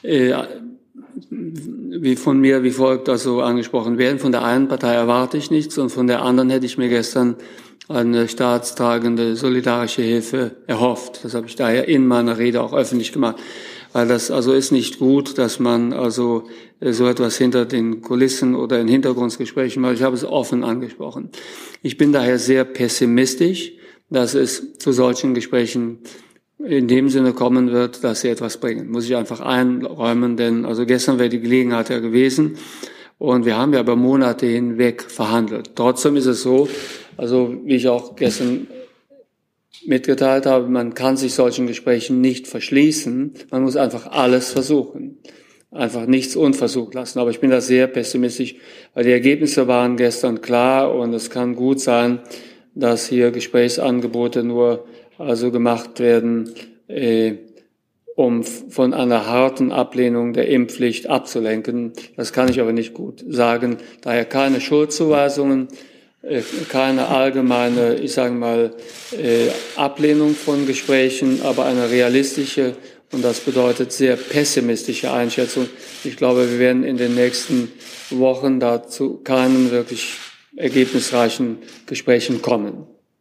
wie von mir wie folgt angesprochen werden. Von der einen Partei erwarte ich nichts und von der anderen hätte ich mir gestern eine staatstragende solidarische Hilfe erhofft. Das habe ich daher in meiner Rede auch öffentlich gemacht. Weil das ist nicht gut, dass man so etwas hinter den Kulissen oder in Hintergrundgesprächen macht. Ich habe es offen angesprochen. Ich bin daher sehr pessimistisch, dass es zu solchen Gesprächen in dem Sinne kommen wird, dass sie etwas bringen. Muss ich einfach einräumen, denn gestern wäre die Gelegenheit ja gewesen und wir haben ja über Monate hinweg verhandelt. Trotzdem ist es so, wie ich auch gestern mitgeteilt habe, man kann sich solchen Gesprächen nicht verschließen. Man muss einfach alles versuchen. Einfach nichts unversucht lassen. Aber ich bin da sehr pessimistisch, weil die Ergebnisse waren gestern klar und es kann gut sein, dass hier Gesprächsangebote nur gemacht werden, um von einer harten Ablehnung der Impfpflicht abzulenken. Das kann ich aber nicht gut sagen. Daher keine Schuldzuweisungen, keine allgemeine, Ablehnung von Gesprächen, aber eine realistische und das bedeutet sehr pessimistische Einschätzung. Ich glaube, wir werden in den nächsten Wochen dazu keinen wirklich ergebnisreichen Gesprächen kommen.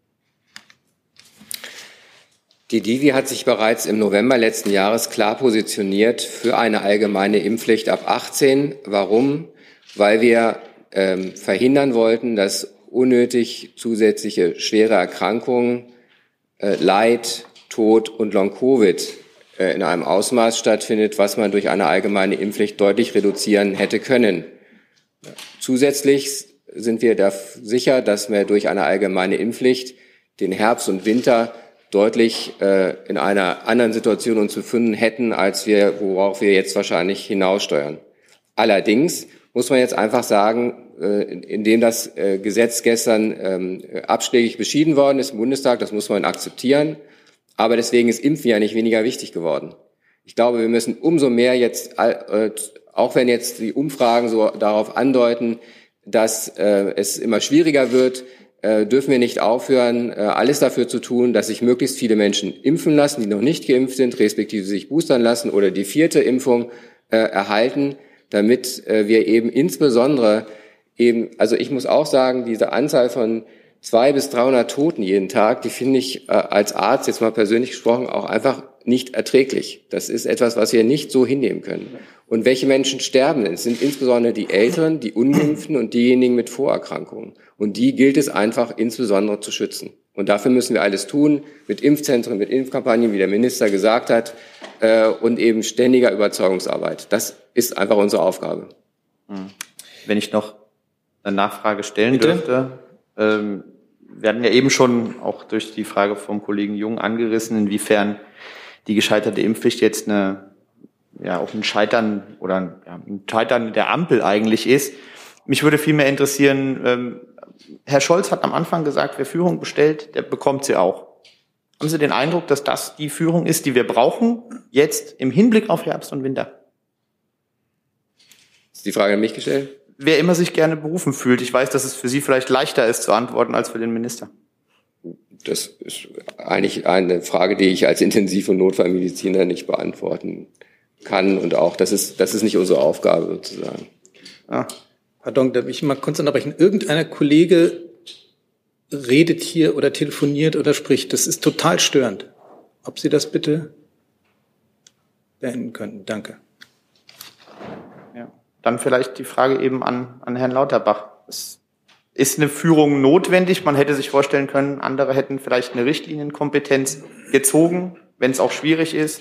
Die Divi hat sich bereits im November letzten Jahres klar positioniert für eine allgemeine Impfpflicht ab 18. Warum? Weil wir verhindern wollten, dass unnötig zusätzliche schwere Erkrankungen, Leid, Tod und Long-Covid in einem Ausmaß stattfindet, was man durch eine allgemeine Impfpflicht deutlich reduzieren hätte können. Zusätzlich sind wir da sicher, dass wir durch eine allgemeine Impfpflicht den Herbst und Winter deutlich in einer anderen Situation uns befinden hätten, worauf wir jetzt wahrscheinlich hinaussteuern. Allerdings muss man jetzt einfach sagen, indem das Gesetz gestern abschlägig beschieden worden ist im Bundestag, das muss man akzeptieren. Aber deswegen ist Impfen ja nicht weniger wichtig geworden. Ich glaube, wir müssen umso mehr jetzt, auch wenn jetzt die Umfragen so darauf andeuten, dass es immer schwieriger wird, dürfen wir nicht aufhören, alles dafür zu tun, dass sich möglichst viele Menschen impfen lassen, die noch nicht geimpft sind, respektive sich boostern lassen oder die 4. Impfung erhalten, damit wir eben insbesondere ich muss auch sagen, diese Anzahl von 200 bis 300 Toten jeden Tag, die finde ich als Arzt, jetzt mal persönlich gesprochen, auch einfach nicht erträglich. Das ist etwas, was wir nicht so hinnehmen können. Und welche Menschen sterben denn? Es sind insbesondere die Älteren, die Ungeimpften und diejenigen mit Vorerkrankungen. Und die gilt es einfach insbesondere zu schützen. Und dafür müssen wir alles tun, mit Impfzentren, mit Impfkampagnen, wie der Minister gesagt hat, und eben ständiger Überzeugungsarbeit. Das ist einfach unsere Aufgabe. Wenn ich noch eine Nachfrage stellen dürfte. Wir hatten ja eben schon auch durch die Frage vom Kollegen Jung angerissen, inwiefern die gescheiterte Impfpflicht jetzt auch ein Scheitern oder ein Scheitern der Ampel eigentlich ist. Mich würde vielmehr interessieren, Herr Scholz hat am Anfang gesagt, wer Führung bestellt, der bekommt sie auch. Haben Sie den Eindruck, dass das die Führung ist, die wir brauchen, jetzt im Hinblick auf Herbst und Winter? Ist die Frage an mich gestellt? Wer immer sich gerne berufen fühlt. Ich weiß, dass es für Sie vielleicht leichter ist zu antworten als für den Minister. Das ist eigentlich eine Frage, die ich als Intensiv- und Notfallmediziner nicht beantworten kann. Und auch, das ist nicht unsere Aufgabe sozusagen. Pardon, darf ich mal kurz unterbrechen? Irgendeiner Kollege redet hier oder telefoniert oder spricht. Das ist total störend. Ob Sie das bitte beenden könnten. Danke. Ja. Dann vielleicht die Frage eben an Herrn Lauterbach. Ist eine Führung notwendig? Man hätte sich vorstellen können, andere hätten vielleicht eine Richtlinienkompetenz gezogen, wenn es auch schwierig ist.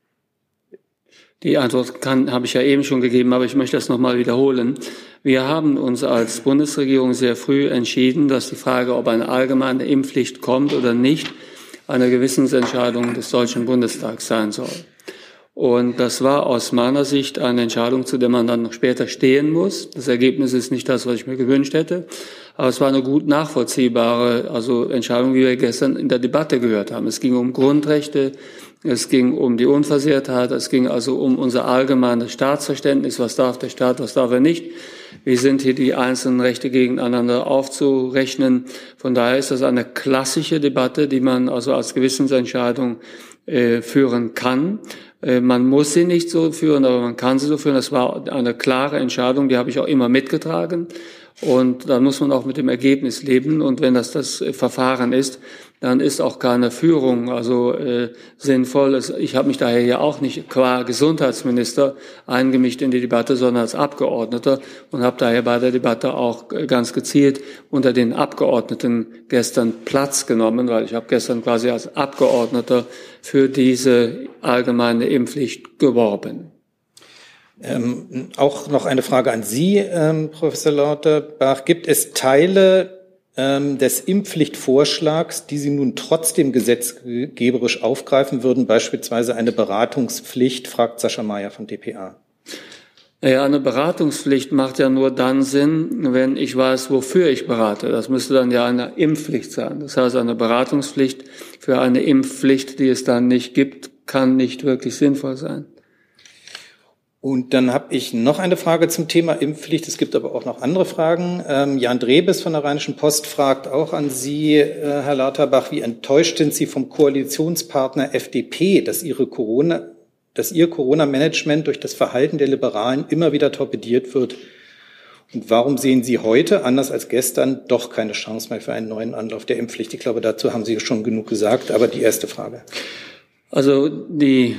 Die Antwort habe ich ja eben schon gegeben, aber ich möchte das nochmal wiederholen. Wir haben uns als Bundesregierung sehr früh entschieden, dass die Frage, ob eine allgemeine Impfpflicht kommt oder nicht, eine Gewissensentscheidung des Deutschen Bundestags sein soll. Und das war aus meiner Sicht eine Entscheidung, zu der man dann noch später stehen muss. Das Ergebnis ist nicht das, was ich mir gewünscht hätte, aber es war eine gut nachvollziehbare Entscheidung, wie wir gestern in der Debatte gehört haben. Es ging um Grundrechte, es ging um die Unversehrtheit, es ging also um unser allgemeines Staatsverständnis, was darf der Staat, was darf er nicht. Wie sind hier die einzelnen Rechte gegeneinander aufzurechnen? Von daher ist das eine klassische Debatte, die man also als Gewissensentscheidung führen kann. Man muss sie nicht so führen, aber man kann sie so führen. Das war eine klare Entscheidung, die habe ich auch immer mitgetragen. Und dann muss man auch mit dem Ergebnis leben. Und wenn das Verfahren ist, dann ist auch keine Führung sinnvoll. Ich habe mich daher ja auch nicht qua Gesundheitsminister eingemischt in die Debatte, sondern als Abgeordneter und habe daher bei der Debatte auch ganz gezielt unter den Abgeordneten gestern Platz genommen, weil ich habe gestern quasi als Abgeordneter für diese allgemeine Impfpflicht geworben. Auch noch eine Frage an Sie, Professor Lauterbach. Gibt es Teile des Impfpflichtvorschlags, die Sie nun trotzdem gesetzgeberisch aufgreifen würden, beispielsweise eine Beratungspflicht, fragt Sascha Mayer von dpa. Ja, eine Beratungspflicht macht ja nur dann Sinn, wenn ich weiß, wofür ich berate. Das müsste dann ja eine Impfpflicht sein. Das heißt, eine Beratungspflicht für eine Impfpflicht, die es dann nicht gibt, kann nicht wirklich sinnvoll sein. Und dann habe ich noch eine Frage zum Thema Impfpflicht. Es gibt aber auch noch andere Fragen. Jan Drebes von der Rheinischen Post fragt auch an Sie, Herr Lauterbach, wie enttäuscht sind Sie vom Koalitionspartner FDP, dass Ihr Corona-Management durch das Verhalten der Liberalen immer wieder torpediert wird? Und warum sehen Sie heute, anders als gestern, doch keine Chance mehr für einen neuen Anlauf der Impfpflicht? Ich glaube, dazu haben Sie schon genug gesagt. Aber die erste Frage. Also die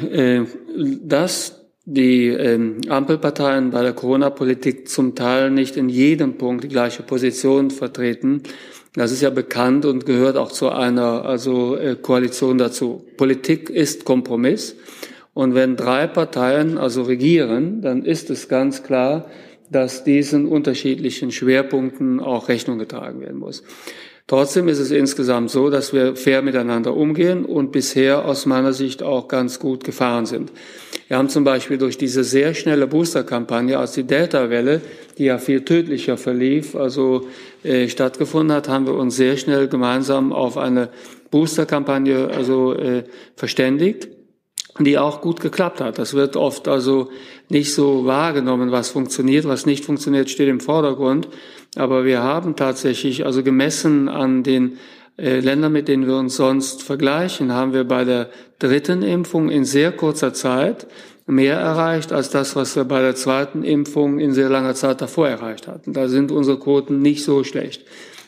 Ampelparteien bei der Corona-Politik zum Teil nicht in jedem Punkt die gleiche Position vertreten. Das ist ja bekannt und gehört auch zu einer Koalition dazu. Politik ist Kompromiss. Und wenn 3 Parteien regieren, dann ist es ganz klar, dass diesen unterschiedlichen Schwerpunkten auch Rechnung getragen werden muss. Trotzdem ist es insgesamt so, dass wir fair miteinander umgehen und bisher aus meiner Sicht auch ganz gut gefahren sind. Wir haben zum Beispiel durch diese sehr schnelle Boosterkampagne, als die Delta-Welle, die ja viel tödlicher verlief, stattgefunden hat, haben wir uns sehr schnell gemeinsam auf eine Boosterkampagne verständigt, die auch gut geklappt hat. Das wird oft nicht so wahrgenommen, was funktioniert, was nicht funktioniert, steht im Vordergrund. Aber wir haben tatsächlich, gemessen an den Ländern, mit denen wir uns sonst vergleichen, haben wir bei der 3. Impfung in sehr kurzer Zeit mehr erreicht als das, was wir bei der 2. Impfung in sehr langer Zeit davor erreicht hatten. Da sind unsere Quoten nicht so schlecht.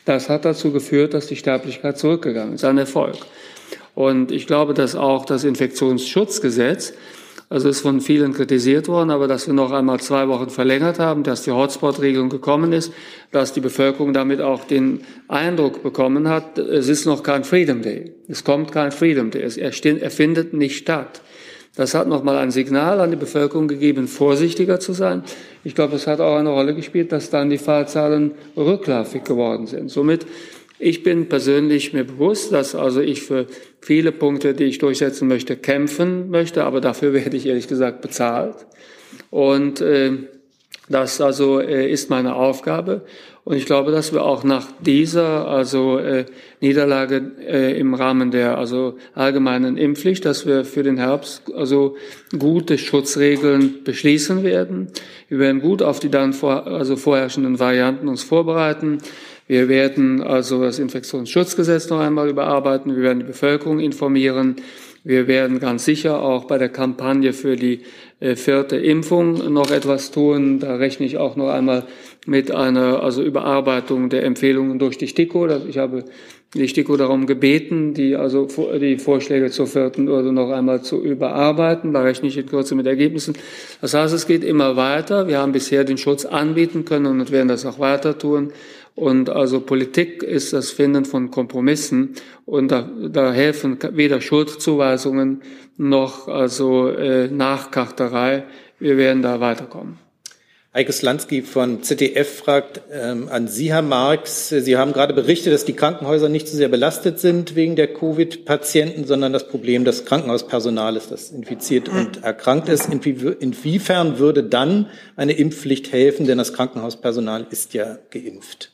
Das hat dazu geführt, dass die Sterblichkeit zurückgegangen ist. Ein Erfolg. Und ich glaube, dass auch das Infektionsschutzgesetz, also ist von vielen kritisiert worden, aber dass wir noch einmal 2 Wochen verlängert haben, dass die Hotspot-Regelung gekommen ist, dass die Bevölkerung damit auch den Eindruck bekommen hat, es ist noch kein Freedom Day. Es kommt kein Freedom Day. Er findet nicht statt. Das hat nochmal ein Signal an die Bevölkerung gegeben, vorsichtiger zu sein. Ich glaube, es hat auch eine Rolle gespielt, dass dann die Fallzahlen rückläufig geworden sind. Somit, ich bin persönlich mir bewusst, dass also ich für viele Punkte, die ich durchsetzen möchte, kämpfen möchte, aber dafür werde ich ehrlich gesagt bezahlt. Und das also ist meine Aufgabe. Und ich glaube, dass wir auch nach dieser Niederlage im Rahmen der allgemeinen Impfpflicht, dass wir für den Herbst gute Schutzregeln beschließen werden. Wir werden gut auf die dann vorherrschenden Varianten uns vorbereiten. Wir werden das Infektionsschutzgesetz noch einmal überarbeiten. Wir werden die Bevölkerung informieren. Wir werden ganz sicher auch bei der Kampagne für die 4. Impfung noch etwas tun. Da rechne ich auch noch einmal mit einer Überarbeitung der Empfehlungen durch die STIKO. Ich habe die STIKO darum gebeten, die Vorschläge zur 4. noch einmal zu überarbeiten. Da rechne ich in Kürze mit Ergebnissen. Das heißt, es geht immer weiter. Wir haben bisher den Schutz anbieten können und werden das auch weiter tun. Und Politik ist das Finden von Kompromissen und da helfen weder Schuldzuweisungen noch Nachkarterei. Wir werden da weiterkommen. Heike Slansky von ZDF fragt an Sie, Herr Marx. Sie haben gerade berichtet, dass die Krankenhäuser nicht so sehr belastet sind wegen der Covid-Patienten, sondern das Problem des Krankenhauspersonals, das infiziert und erkrankt ist. Inwiefern würde dann eine Impfpflicht helfen? Denn das Krankenhauspersonal ist ja geimpft.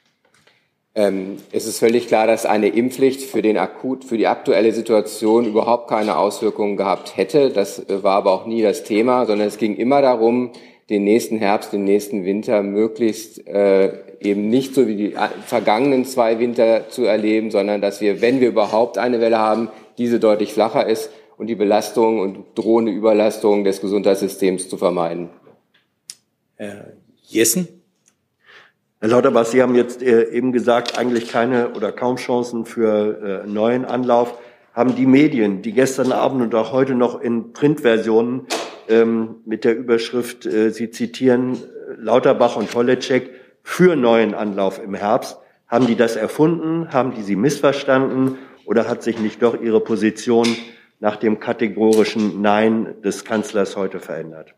Es ist völlig klar, dass eine Impfpflicht für die aktuelle Situation überhaupt keine Auswirkungen gehabt hätte. Das war aber auch nie das Thema, sondern es ging immer darum, den nächsten Herbst, den nächsten Winter möglichst eben nicht so wie die vergangenen 2 Winter zu erleben, sondern dass wir, wenn wir überhaupt eine Welle haben, diese deutlich flacher ist und die Belastung und drohende Überlastung des Gesundheitssystems zu vermeiden. Herr Jessen? Herr Lauterbach, Sie haben jetzt eben gesagt, eigentlich keine oder kaum Chancen für neuen Anlauf. Haben die Medien, die gestern Abend und auch heute noch in Printversionen mit der Überschrift, Sie zitieren Lauterbach und Holleczek, für neuen Anlauf im Herbst, haben die das erfunden? Haben die Sie missverstanden? Oder hat sich nicht doch Ihre Position nach dem kategorischen Nein des Kanzlers heute verändert?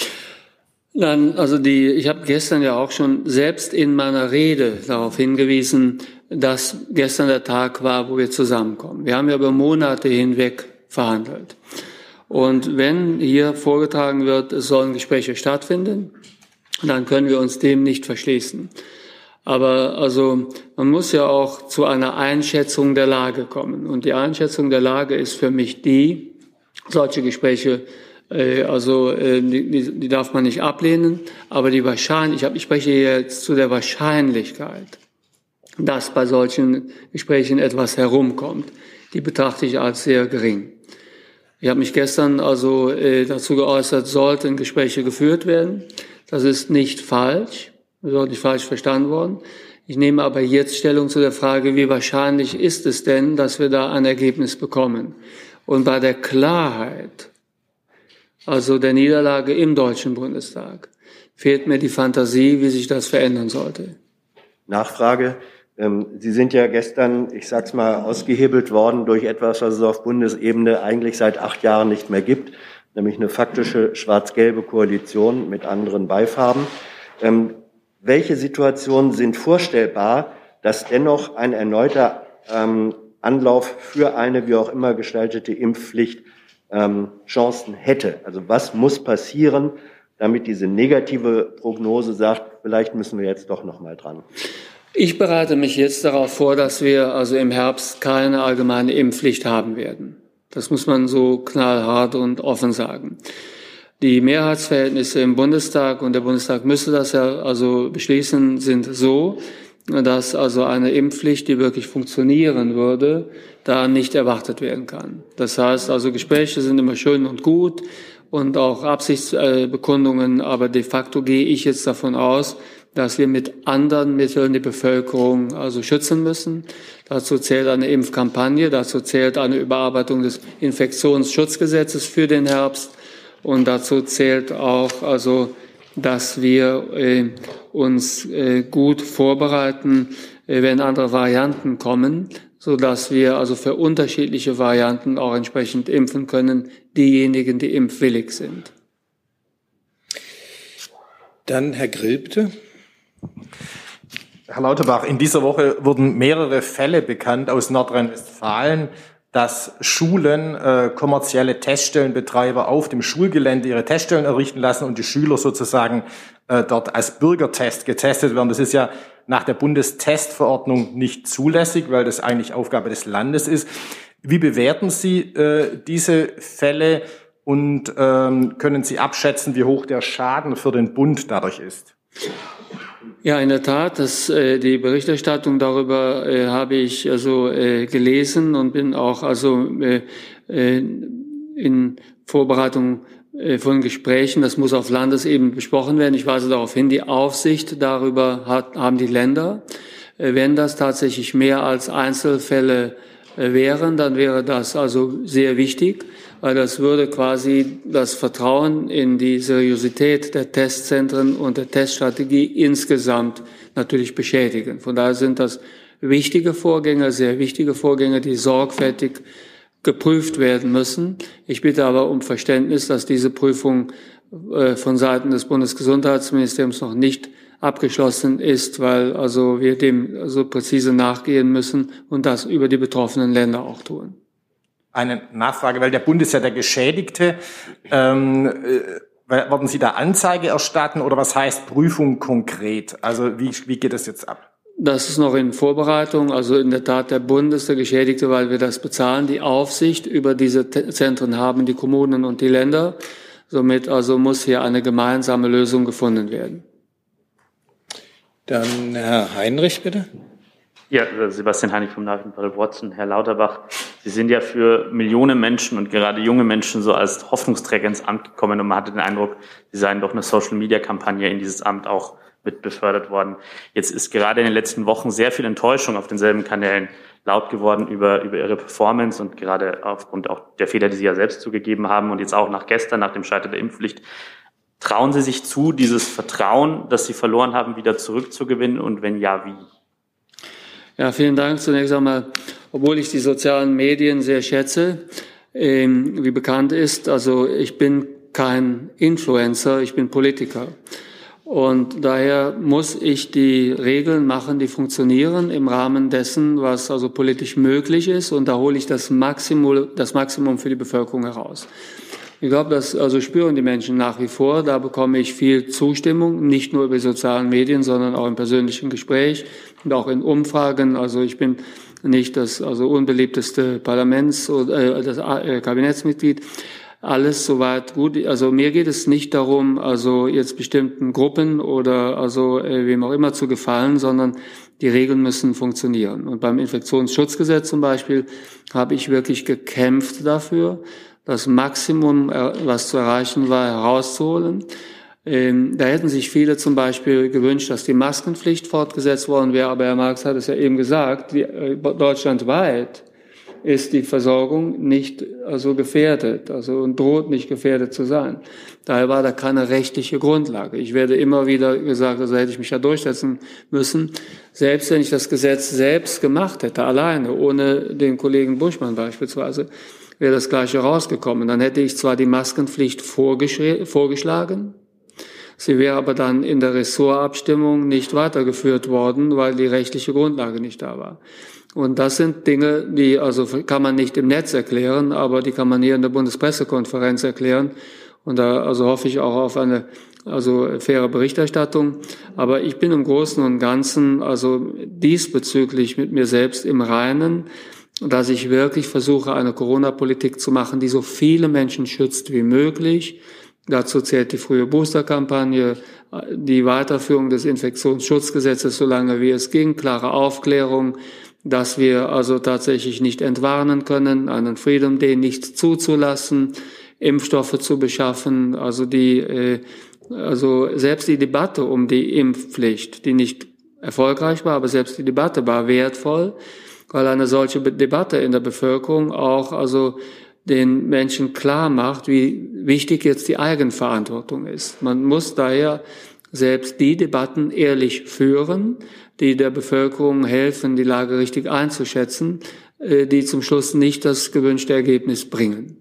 Nein, ich habe gestern ja auch schon selbst in meiner Rede darauf hingewiesen, dass gestern der Tag war, wo wir zusammenkommen. Wir haben ja über Monate hinweg verhandelt. Und wenn hier vorgetragen wird, es sollen Gespräche stattfinden, dann können wir uns dem nicht verschließen. Aber man muss ja auch zu einer Einschätzung der Lage kommen. Und die Einschätzung der Lage ist für mich solche Gespräche die darf man nicht ablehnen, aber ich spreche jetzt zu der Wahrscheinlichkeit, dass bei solchen Gesprächen etwas herumkommt. Die betrachte ich als sehr gering. Ich habe mich gestern dazu geäußert, sollten Gespräche geführt werden. Das ist nicht falsch, das ist auch nicht falsch verstanden worden. Ich nehme aber jetzt Stellung zu der Frage, wie wahrscheinlich ist es denn, dass wir da ein Ergebnis bekommen? Und bei der Klarheit, der Niederlage im Deutschen Bundestag, fehlt mir die Fantasie, wie sich das verändern sollte. Nachfrage. Sie sind ja gestern, ich sag's mal, ausgehebelt worden durch etwas, was es auf Bundesebene eigentlich seit 8 Jahren nicht mehr gibt, nämlich eine faktische schwarz-gelbe Koalition mit anderen Beifarben. Welche Situationen sind vorstellbar, dass dennoch ein erneuter Anlauf für eine wie auch immer gestaltete Impfpflicht Chancen hätte? Also was muss passieren, damit diese negative Prognose sagt, vielleicht müssen wir jetzt doch noch mal dran? Ich bereite mich jetzt darauf vor, dass wir im Herbst keine allgemeine Impfpflicht haben werden. Das muss man so knallhart und offen sagen. Die Mehrheitsverhältnisse im Bundestag, und der Bundestag müsste das ja beschließen, sind so, dass eine Impfpflicht, die wirklich funktionieren würde, da nicht erwartet werden kann. Das heißt, Gespräche sind immer schön und gut und auch Absichtsbekundungen, aber de facto gehe ich jetzt davon aus, dass wir mit anderen Mitteln die Bevölkerung also schützen müssen. Dazu zählt eine Impfkampagne, dazu zählt eine Überarbeitung des Infektionsschutzgesetzes für den Herbst und dazu zählt auch also, dass wir uns gut vorbereiten, wenn andere Varianten kommen, so dass wir also für unterschiedliche Varianten auch entsprechend impfen können, diejenigen, die impfwillig sind. Dann Herr Grill, bitte. Herr Lauterbach, in dieser Woche wurden mehrere Fälle bekannt aus Nordrhein-Westfalen, dass Schulen kommerzielle Teststellenbetreiber auf dem Schulgelände ihre Teststellen errichten lassen und die Schüler sozusagen dort als Bürgertest getestet werden. Das ist ja nach der Bundestestverordnung nicht zulässig, weil das eigentlich Aufgabe des Landes ist. Wie bewerten Sie diese Fälle und können Sie abschätzen, wie hoch der Schaden für den Bund dadurch ist? Ja, in der Tat, die Berichterstattung darüber habe ich also gelesen und bin auch also in Vorbereitung von Gesprächen. Das muss auf Landesebene besprochen werden. Ich weise darauf hin, die Aufsicht darüber haben die Länder. Wenn das tatsächlich mehr als Einzelfälle wären, dann wäre das also sehr wichtig, weil das würde quasi das Vertrauen in die Seriosität der Testzentren und der Teststrategie insgesamt natürlich beschädigen. Von daher sind das wichtige Vorgänge, sehr wichtige Vorgänge, die sorgfältig geprüft werden müssen. Ich bitte aber um Verständnis, dass diese Prüfung von Seiten des Bundesgesundheitsministeriums noch nicht abgeschlossen ist, weil also wir dem so präzise nachgehen müssen und das über die betroffenen Länder auch tun. Eine Nachfrage, weil der Bund ist ja der Geschädigte. Werden Sie da Anzeige erstatten oder was heißt Prüfung konkret? Also wie geht das jetzt ab? Das ist noch in Vorbereitung. Also in der Tat, der Bund ist der Geschädigte, weil wir das bezahlen. Die Aufsicht über diese Zentren haben die Kommunen und die Länder. Somit also muss hier eine gemeinsame Lösung gefunden werden. Dann Herr Heinrich, bitte. Ja, Sebastian Heinrich vom Nachrichtenportal Watson. Herr Lauterbach, Sie sind ja für Millionen Menschen und gerade junge Menschen so als Hoffnungsträger ins Amt gekommen und man hatte den Eindruck, Sie seien durch eine Social-Media-Kampagne in dieses Amt auch mit befördert worden. Jetzt ist gerade in den letzten Wochen sehr viel Enttäuschung auf denselben Kanälen laut geworden über Ihre Performance und gerade aufgrund auch der Fehler, die Sie ja selbst zugegeben haben und jetzt auch nach gestern, nach dem Scheitern der Impfpflicht. Trauen Sie sich zu, dieses Vertrauen, das Sie verloren haben, wieder zurückzugewinnen und wenn ja, wie? Ja, vielen Dank. Zunächst einmal, obwohl ich die sozialen Medien sehr schätze, wie bekannt ist, also ich bin kein Influencer, ich bin Politiker. Und daher muss ich die Regeln machen, die funktionieren im Rahmen dessen, was also politisch möglich ist. Und da hole ich das Maximum für die Bevölkerung heraus. Ich glaube, das also spüren die Menschen nach wie vor. Da bekomme ich viel Zustimmung, nicht nur über die sozialen Medien, sondern auch im persönlichen Gespräch und auch in Umfragen. Also ich bin nicht das also unbeliebteste das Kabinettsmitglied. Alles soweit gut. Also mir geht es nicht darum, also jetzt bestimmten Gruppen oder also wem auch immer zu gefallen, sondern die Regeln müssen funktionieren. Und beim Infektionsschutzgesetz zum Beispiel habe ich wirklich gekämpft dafür, das Maximum, was zu erreichen war, herauszuholen. Da hätten sich viele zum Beispiel gewünscht, dass die Maskenpflicht fortgesetzt worden wäre, aber Herr Marx hat es ja eben gesagt, deutschlandweit ist die Versorgung nicht also gefährdet, also und droht nicht gefährdet zu sein. Daher war da keine rechtliche Grundlage. Ich werde immer wieder gesagt, also hätte ich mich da durchsetzen müssen, selbst wenn ich das Gesetz selbst gemacht hätte, alleine, ohne den Kollegen Buschmann beispielsweise, wäre das Gleiche rausgekommen. Dann hätte ich zwar die Maskenpflicht vorgeschlagen, sie wäre aber dann in der Ressortabstimmung nicht weitergeführt worden, weil die rechtliche Grundlage nicht da war. Und das sind Dinge, die also kann man nicht im Netz erklären, aber die kann man hier in der Bundespressekonferenz erklären. Und da also hoffe ich auch auf eine also faire Berichterstattung. Aber ich bin im Großen und Ganzen also diesbezüglich mit mir selbst im Reinen, dass ich wirklich versuche, eine Corona-Politik zu machen, die so viele Menschen schützt wie möglich. Dazu zählt die frühe Boosterkampagne, die Weiterführung des Infektionsschutzgesetzes, solange wie es ging, klare Aufklärung, dass wir also tatsächlich nicht entwarnen können, einen Freedom Day nicht zuzulassen, Impfstoffe zu beschaffen, also die Also selbst die Debatte um die Impfpflicht, die nicht erfolgreich war, aber selbst die Debatte war wertvoll, weil eine solche Debatte in der Bevölkerung auch also den Menschen klar macht, wie wichtig jetzt die Eigenverantwortung ist. Man muss daher selbst die Debatten ehrlich führen, die der Bevölkerung helfen, die Lage richtig einzuschätzen, die zum Schluss nicht das gewünschte Ergebnis bringen.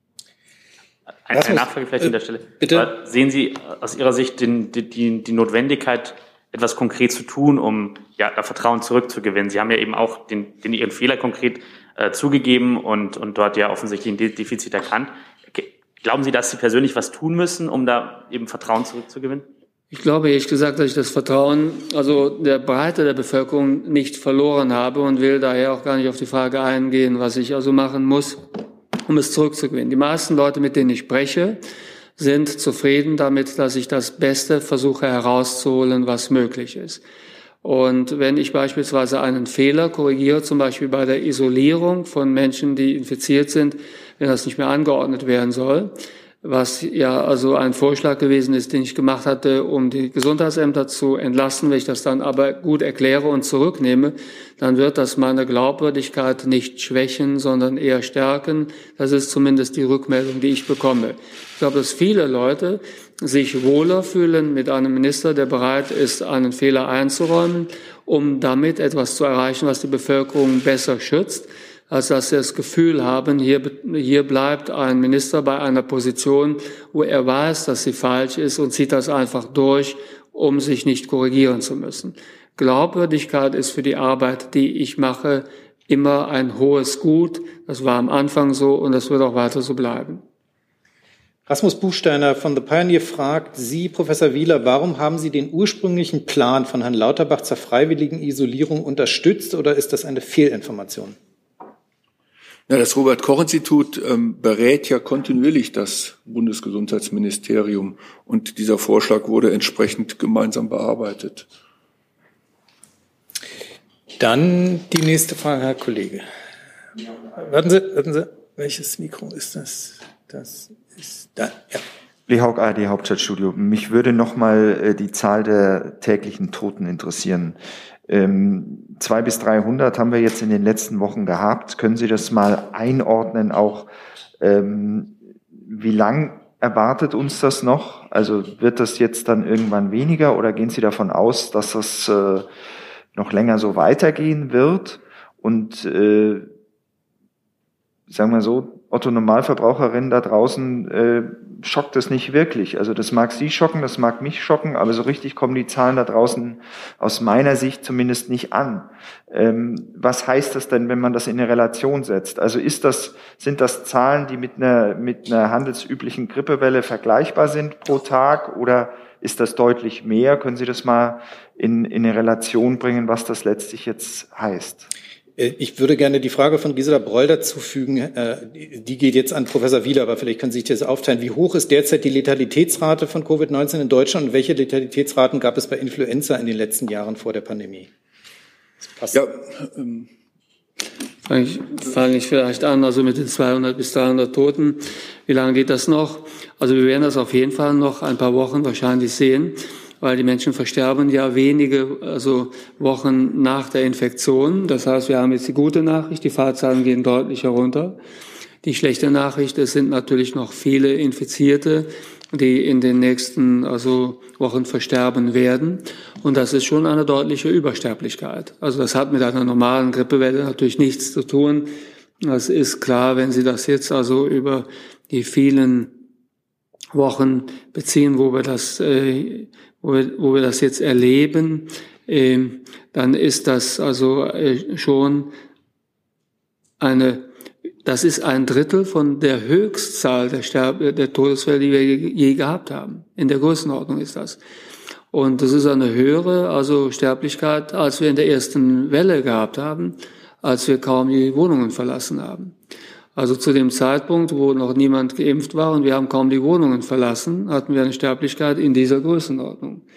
Eine Nachfrage vielleicht an der Stelle. Bitte? Sehen Sie aus Ihrer Sicht die Notwendigkeit, etwas konkret zu tun, um da Vertrauen zurückzugewinnen? Sie haben ja eben auch Ihren Fehler konkret zugegeben und dort ja offensichtlich ein Defizit erkannt. Glauben Sie, dass Sie persönlich was tun müssen, um da eben Vertrauen zurückzugewinnen? Ich glaube ehrlich gesagt, dass ich das Vertrauen also der Breite der Bevölkerung nicht verloren habe und will daher auch gar nicht auf die Frage eingehen, was ich also machen muss, um es zurückzugewinnen. Die meisten Leute, mit denen ich spreche, sind zufrieden damit, dass ich das Beste versuche herauszuholen, was möglich ist. Und wenn ich beispielsweise einen Fehler korrigiere, zum Beispiel bei der Isolierung von Menschen, die infiziert sind, wenn das nicht mehr angeordnet werden soll, was ja also ein Vorschlag gewesen ist, den ich gemacht hatte, um die Gesundheitsämter zu entlasten. Wenn ich das dann aber gut erkläre und zurücknehme, dann wird das meine Glaubwürdigkeit nicht schwächen, sondern eher stärken. Das ist zumindest die Rückmeldung, die ich bekomme. Ich glaube, dass viele Leute sich wohler fühlen mit einem Minister, der bereit ist, einen Fehler einzuräumen, um damit etwas zu erreichen, was die Bevölkerung besser schützt, als dass sie das Gefühl haben, hier bleibt ein Minister bei einer Position, wo er weiß, dass sie falsch ist und zieht das einfach durch, um sich nicht korrigieren zu müssen. Glaubwürdigkeit ist für die Arbeit, die ich mache, immer ein hohes Gut. Das war am Anfang so und das wird auch weiter so bleiben. Rasmus Buchsteiner von The Pioneer fragt Sie, Professor Wieler, warum haben Sie den ursprünglichen Plan von Herrn Lauterbach zur freiwilligen Isolierung unterstützt oder ist das eine Fehlinformation? Ja, das Robert-Koch-Institut berät ja kontinuierlich das Bundesgesundheitsministerium und dieser Vorschlag wurde entsprechend gemeinsam bearbeitet. Dann die nächste Frage, Herr Kollege. Warten Sie, welches Mikro ist das? Das ist da, ja. Lee Haug, ARD Hauptstadtstudio. Mich würde nochmal die Zahl der täglichen Toten interessieren. 200 bis 300 haben wir jetzt in den letzten Wochen gehabt. Können Sie das mal einordnen, auch wie lang erwartet uns das noch? Also wird das jetzt dann irgendwann weniger oder gehen Sie davon aus, dass das noch länger so weitergehen wird? Und sagen wir so, Otto Normalverbraucherinnen da draußen schockt es nicht wirklich. Also das mag Sie schocken, das mag mich schocken, aber so richtig kommen die Zahlen da draußen aus meiner Sicht zumindest nicht an. Was heißt das denn, wenn man das in eine Relation setzt? Also sind das Zahlen, die mit einer handelsüblichen Grippewelle vergleichbar sind pro Tag oder ist das deutlich mehr? Können Sie das mal in eine Relation bringen, was das letztlich jetzt heißt? Ich würde gerne die Frage von Gisela Breul dazufügen. Die geht jetzt an Professor Wieler, aber vielleicht können Sie sich das aufteilen. Wie hoch ist derzeit die Letalitätsrate von Covid-19 in Deutschland und welche Letalitätsraten gab es bei Influenza in den letzten Jahren vor der Pandemie? Ja, fange ich vielleicht an, also mit den 200 bis 300 Toten. Wie lange geht das noch? Also wir werden das auf jeden Fall noch ein paar Wochen wahrscheinlich sehen, weil die Menschen versterben ja wenige Wochen nach der Infektion. Das heißt, wir haben jetzt die gute Nachricht, die Fallzahlen gehen deutlich herunter. Die schlechte Nachricht, es sind natürlich noch viele Infizierte, die in den nächsten Wochen versterben werden. Und das ist schon eine deutliche Übersterblichkeit. Also das hat mit einer normalen Grippewelle natürlich nichts zu tun. Das ist klar, wenn Sie das jetzt über die vielen Wochen beziehen, wo wir das jetzt erleben, dann ist das schon das ist ein Drittel von der Höchstzahl der Todesfälle, die wir je gehabt haben. In der Größenordnung ist das. Und das ist eine höhere Sterblichkeit, als wir in der ersten Welle gehabt haben, als wir kaum die Wohnungen verlassen haben. Also zu dem Zeitpunkt, wo noch niemand geimpft war und wir haben kaum die Wohnungen verlassen, hatten wir eine Sterblichkeit in dieser Größenordnung.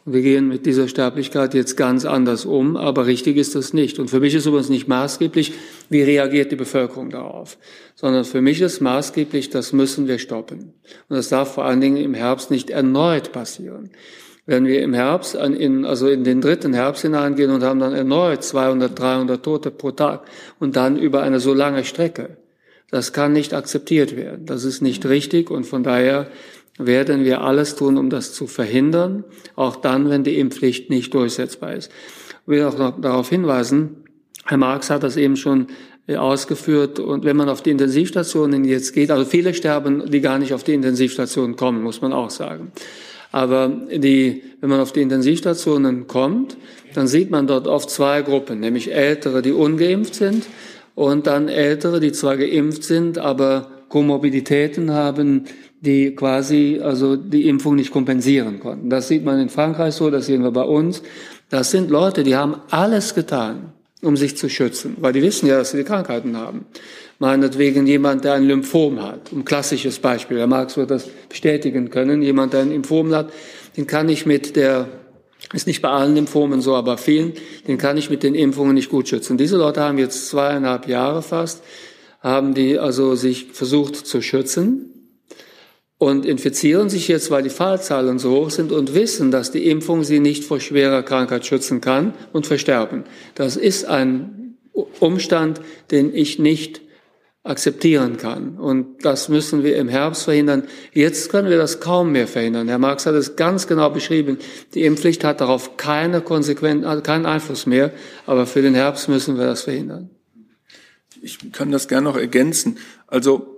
Wir gehen mit dieser Sterblichkeit jetzt ganz anders um, aber richtig ist das nicht. Und für mich ist übrigens nicht maßgeblich, wie reagiert die Bevölkerung darauf, sondern für mich ist maßgeblich, das müssen wir stoppen. Und das darf vor allen Dingen im Herbst nicht erneut passieren. Wenn wir im Herbst, in den dritten Herbst hineingehen und haben dann erneut 200, 300 Tote pro Tag und dann über eine so lange Strecke, das kann nicht akzeptiert werden. Das ist nicht richtig und von daher werden wir alles tun, um das zu verhindern, auch dann, wenn die Impfpflicht nicht durchsetzbar ist. Ich will auch noch darauf hinweisen, Herr Marx hat das eben schon ausgeführt, und wenn man auf die Intensivstationen jetzt geht, also viele sterben, die gar nicht auf die Intensivstationen kommen, muss man auch sagen. Aber wenn man auf die Intensivstationen kommt, dann sieht man dort oft zwei Gruppen, nämlich Ältere, die ungeimpft sind, und dann Ältere, die zwar geimpft sind, aber Komorbiditäten haben, die quasi die Impfung nicht kompensieren konnten. Das sieht man in Frankreich so, das sehen wir bei uns. Das sind Leute, die haben alles getan, um sich zu schützen, weil die wissen ja, dass sie die Krankheiten haben. Meinetwegen jemand, der ein Lymphom hat, ein klassisches Beispiel, Herr Marx wird das bestätigen können, jemand, der ein Lymphom hat, den kann ich ist nicht bei allen Lymphomen so, aber vielen, den kann ich mit den Impfungen nicht gut schützen. Diese Leute haben jetzt 2,5 Jahre fast, haben die sich versucht zu schützen und infizieren sich jetzt, weil die Fallzahlen so hoch sind und wissen, dass die Impfung sie nicht vor schwerer Krankheit schützen kann und versterben. Das ist ein Umstand, den ich nicht akzeptieren kann. Und das müssen wir im Herbst verhindern. Jetzt können wir das kaum mehr verhindern. Herr Marx hat es ganz genau beschrieben. Die Impfpflicht hat darauf keinen Einfluss mehr. Aber für den Herbst müssen wir das verhindern. Ich kann das gerne noch ergänzen. Also,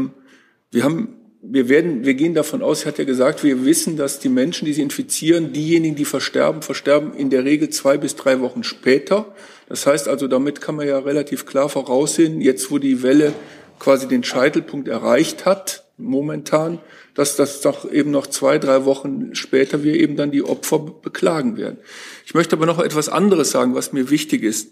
wir gehen davon aus, ich hatte ja gesagt, wir wissen, dass die Menschen, die sich infizieren, diejenigen, die versterben in der Regel 2 bis 3 Wochen später. Das heißt also, damit kann man ja relativ klar voraussehen, jetzt wo die Welle quasi den Scheitelpunkt erreicht hat, momentan, dass das doch eben noch 2, 3 Wochen später wir eben dann die Opfer beklagen werden. Ich möchte aber noch etwas anderes sagen, was mir wichtig ist.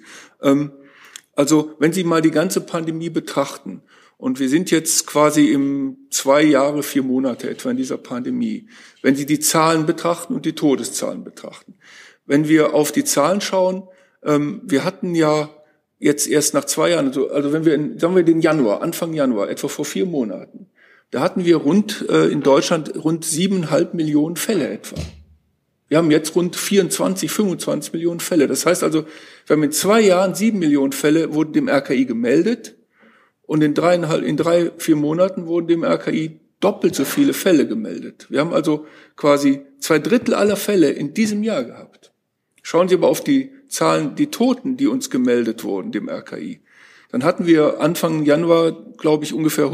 Also, wenn Sie mal die ganze Pandemie betrachten, und wir sind jetzt quasi im 2 Jahre, 4 Monate etwa in dieser Pandemie. Wenn Sie die Zahlen betrachten und die Todeszahlen betrachten. Wenn wir auf die Zahlen schauen, wir hatten ja jetzt erst nach 2 Jahren, also wenn wir Anfang Januar, etwa vor 4 Monaten, da hatten wir in Deutschland rund 7,5 Millionen Fälle etwa. Wir haben jetzt rund 24, 25 Millionen Fälle. Das heißt also, wir haben in 2 Jahren 7 Millionen Fälle wurden dem RKI gemeldet. Und in 3, 4 Monaten wurden dem RKI doppelt so viele Fälle gemeldet. Wir haben also quasi 2/3 aller Fälle in diesem Jahr gehabt. Schauen Sie aber auf die Zahlen, die Toten, die uns gemeldet wurden, dem RKI. Dann hatten wir Anfang Januar, glaube ich, ungefähr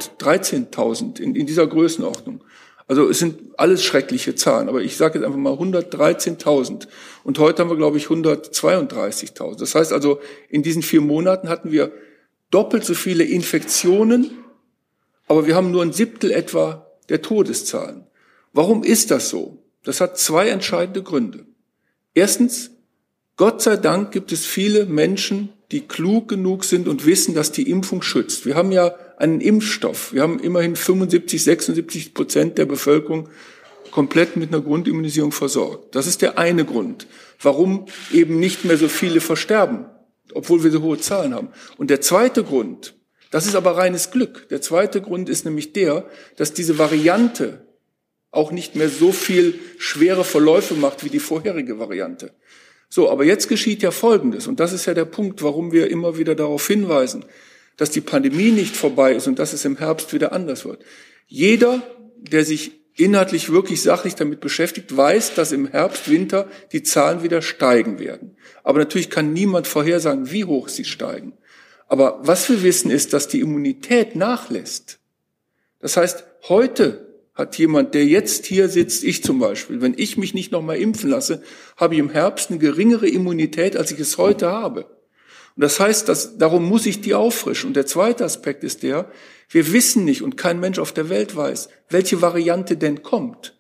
113.000 in dieser Größenordnung. Also es sind alles schreckliche Zahlen, aber ich sage jetzt einfach mal 113.000. Und heute haben wir, glaube ich, 132.000. Das heißt also, in diesen 4 Monaten hatten wir doppelt so viele Infektionen, aber wir haben nur 1/7 etwa der Todeszahlen. Warum ist das so? Das hat 2 entscheidende Gründe. Erstens, Gott sei Dank gibt es viele Menschen, die klug genug sind und wissen, dass die Impfung schützt. Wir haben ja einen Impfstoff. Wir haben immerhin 75, 76% der Bevölkerung komplett mit einer Grundimmunisierung versorgt. Das ist der eine Grund, warum eben nicht mehr so viele versterben, obwohl wir so hohe Zahlen haben. Und der zweite Grund, das ist aber reines Glück. Der zweite Grund ist nämlich dass diese Variante auch nicht mehr so viel schwere Verläufe macht wie die vorherige Variante. So, aber jetzt geschieht ja Folgendes, und das ist ja der Punkt, warum wir immer wieder darauf hinweisen, dass die Pandemie nicht vorbei ist und dass es im Herbst wieder anders wird. Jeder, der sich inhaltlich wirklich sachlich damit beschäftigt, weiß, dass im Herbst, Winter die Zahlen wieder steigen werden. Aber natürlich kann niemand vorhersagen, wie hoch sie steigen. Aber was wir wissen ist, dass die Immunität nachlässt. Das heißt, heute hat jemand, der jetzt hier sitzt, ich zum Beispiel, wenn ich mich nicht nochmal impfen lasse, habe ich im Herbst eine geringere Immunität, als ich es heute habe. Und das heißt, darum muss ich die auffrischen. Und der zweite Aspekt ist wir wissen nicht und kein Mensch auf der Welt weiß, welche Variante denn kommt.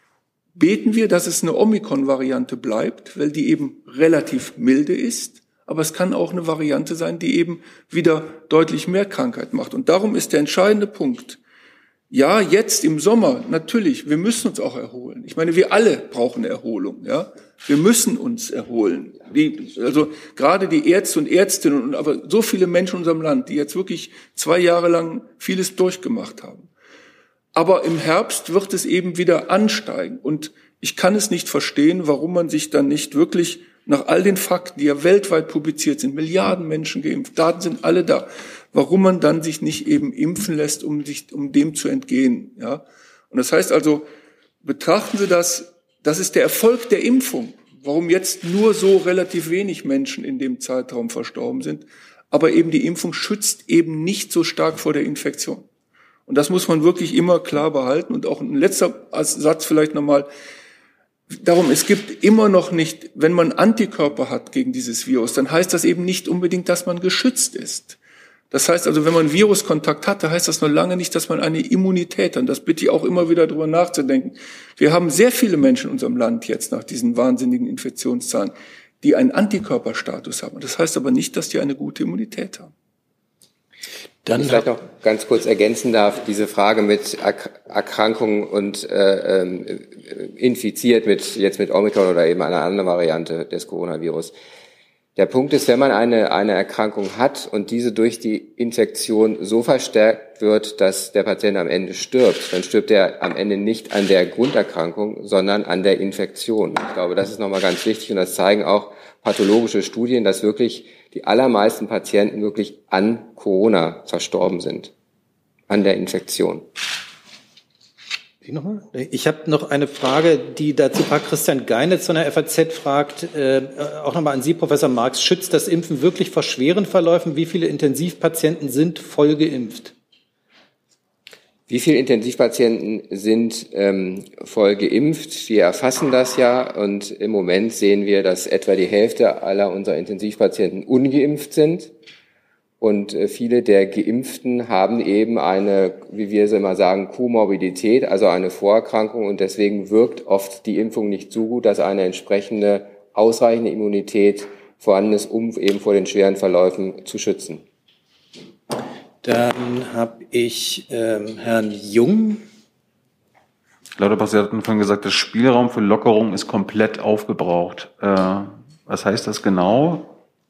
Beten wir, dass es eine Omikron-Variante bleibt, weil die eben relativ milde ist. Aber es kann auch eine Variante sein, die eben wieder deutlich mehr Krankheit macht. Und darum ist der entscheidende Punkt, Ja, jetzt im Sommer, natürlich, wir müssen uns auch erholen. Ich meine, wir alle brauchen Erholung, ja. Wir müssen uns erholen. Also gerade die Ärzte und Ärztinnen und aber so viele Menschen in unserem Land, die jetzt wirklich 2 Jahre lang vieles durchgemacht haben. Aber im Herbst wird es eben wieder ansteigen. Und ich kann es nicht verstehen, warum man sich dann nicht wirklich nach all den Fakten, die ja weltweit publiziert sind, Milliarden Menschen geimpft, Daten sind alle da, warum man dann sich nicht eben impfen lässt, um dem zu entgehen, ja. Und das heißt also, betrachten Sie das ist der Erfolg der Impfung, warum jetzt nur so relativ wenig Menschen in dem Zeitraum verstorben sind. Aber eben die Impfung schützt eben nicht so stark vor der Infektion. Und das muss man wirklich immer klar behalten. Und auch ein letzter Satz vielleicht nochmal. Darum, es gibt immer noch nicht, wenn man Antikörper hat gegen dieses Virus, dann heißt das eben nicht unbedingt, dass man geschützt ist. Das heißt also, wenn man Viruskontakt hatte, heißt das noch lange nicht, dass man eine Immunität hat. Das bitte ich auch immer wieder drüber nachzudenken. Wir haben sehr viele Menschen in unserem Land jetzt nach diesen wahnsinnigen Infektionszahlen, die einen Antikörperstatus haben. Das heißt aber nicht, dass die eine gute Immunität haben. Dann vielleicht noch ganz kurz ergänzen darf, diese Frage mit Erkrankungen und infiziert mit Omikron oder eben einer anderen Variante des Coronavirus. Der Punkt ist, wenn man eine Erkrankung hat und diese durch die Infektion so verstärkt wird, dass der Patient am Ende stirbt, dann stirbt er am Ende nicht an der Grunderkrankung, sondern an der Infektion. Ich glaube, das ist nochmal ganz wichtig und das zeigen auch pathologische Studien, dass wirklich die allermeisten Patienten wirklich an Corona verstorben sind, an der Infektion. Ich habe noch eine Frage, die dazu Christian Geinitz von der FAZ fragt, auch nochmal an Sie, Professor Marx. Schützt das Impfen wirklich vor schweren Verläufen? Wie viele Intensivpatienten sind voll geimpft? Wie viele Intensivpatienten sind voll geimpft? Wir erfassen das ja und im Moment sehen wir, dass etwa die Hälfte aller unserer Intensivpatienten ungeimpft sind. Und viele der Geimpften haben eben eine, wie wir es immer sagen, Komorbidität, also eine Vorerkrankung. Und deswegen wirkt oft die Impfung nicht so gut, dass eine entsprechende ausreichende Immunität vorhanden ist, um eben vor den schweren Verläufen zu schützen. Dann habe ich Herrn Jung. Lauterbach, Sie hatten vorhin gesagt, der Spielraum für Lockerung ist komplett aufgebraucht. Was heißt das genau?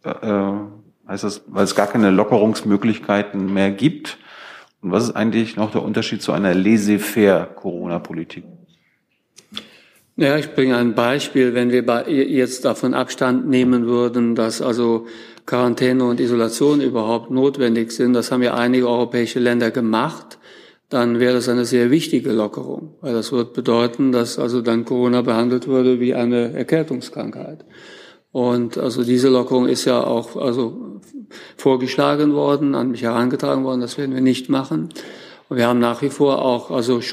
Heißt das, weil es gar keine Lockerungsmöglichkeiten mehr gibt? Und was ist eigentlich noch der Unterschied zu einer laissez-faire Corona-Politik? Ja, ich bringe ein Beispiel. Wenn wir jetzt davon Abstand nehmen würden, dass also Quarantäne und Isolation überhaupt notwendig sind, das haben ja einige europäische Länder gemacht, dann wäre das eine sehr wichtige Lockerung. Weil das würde bedeuten, dass also dann Corona behandelt würde wie eine Erkältungskrankheit. Und also diese Lockerung ist ja auch also vorgeschlagen worden, an mich herangetragen worden, das werden wir nicht machen. Und wir haben nach wie vor auch also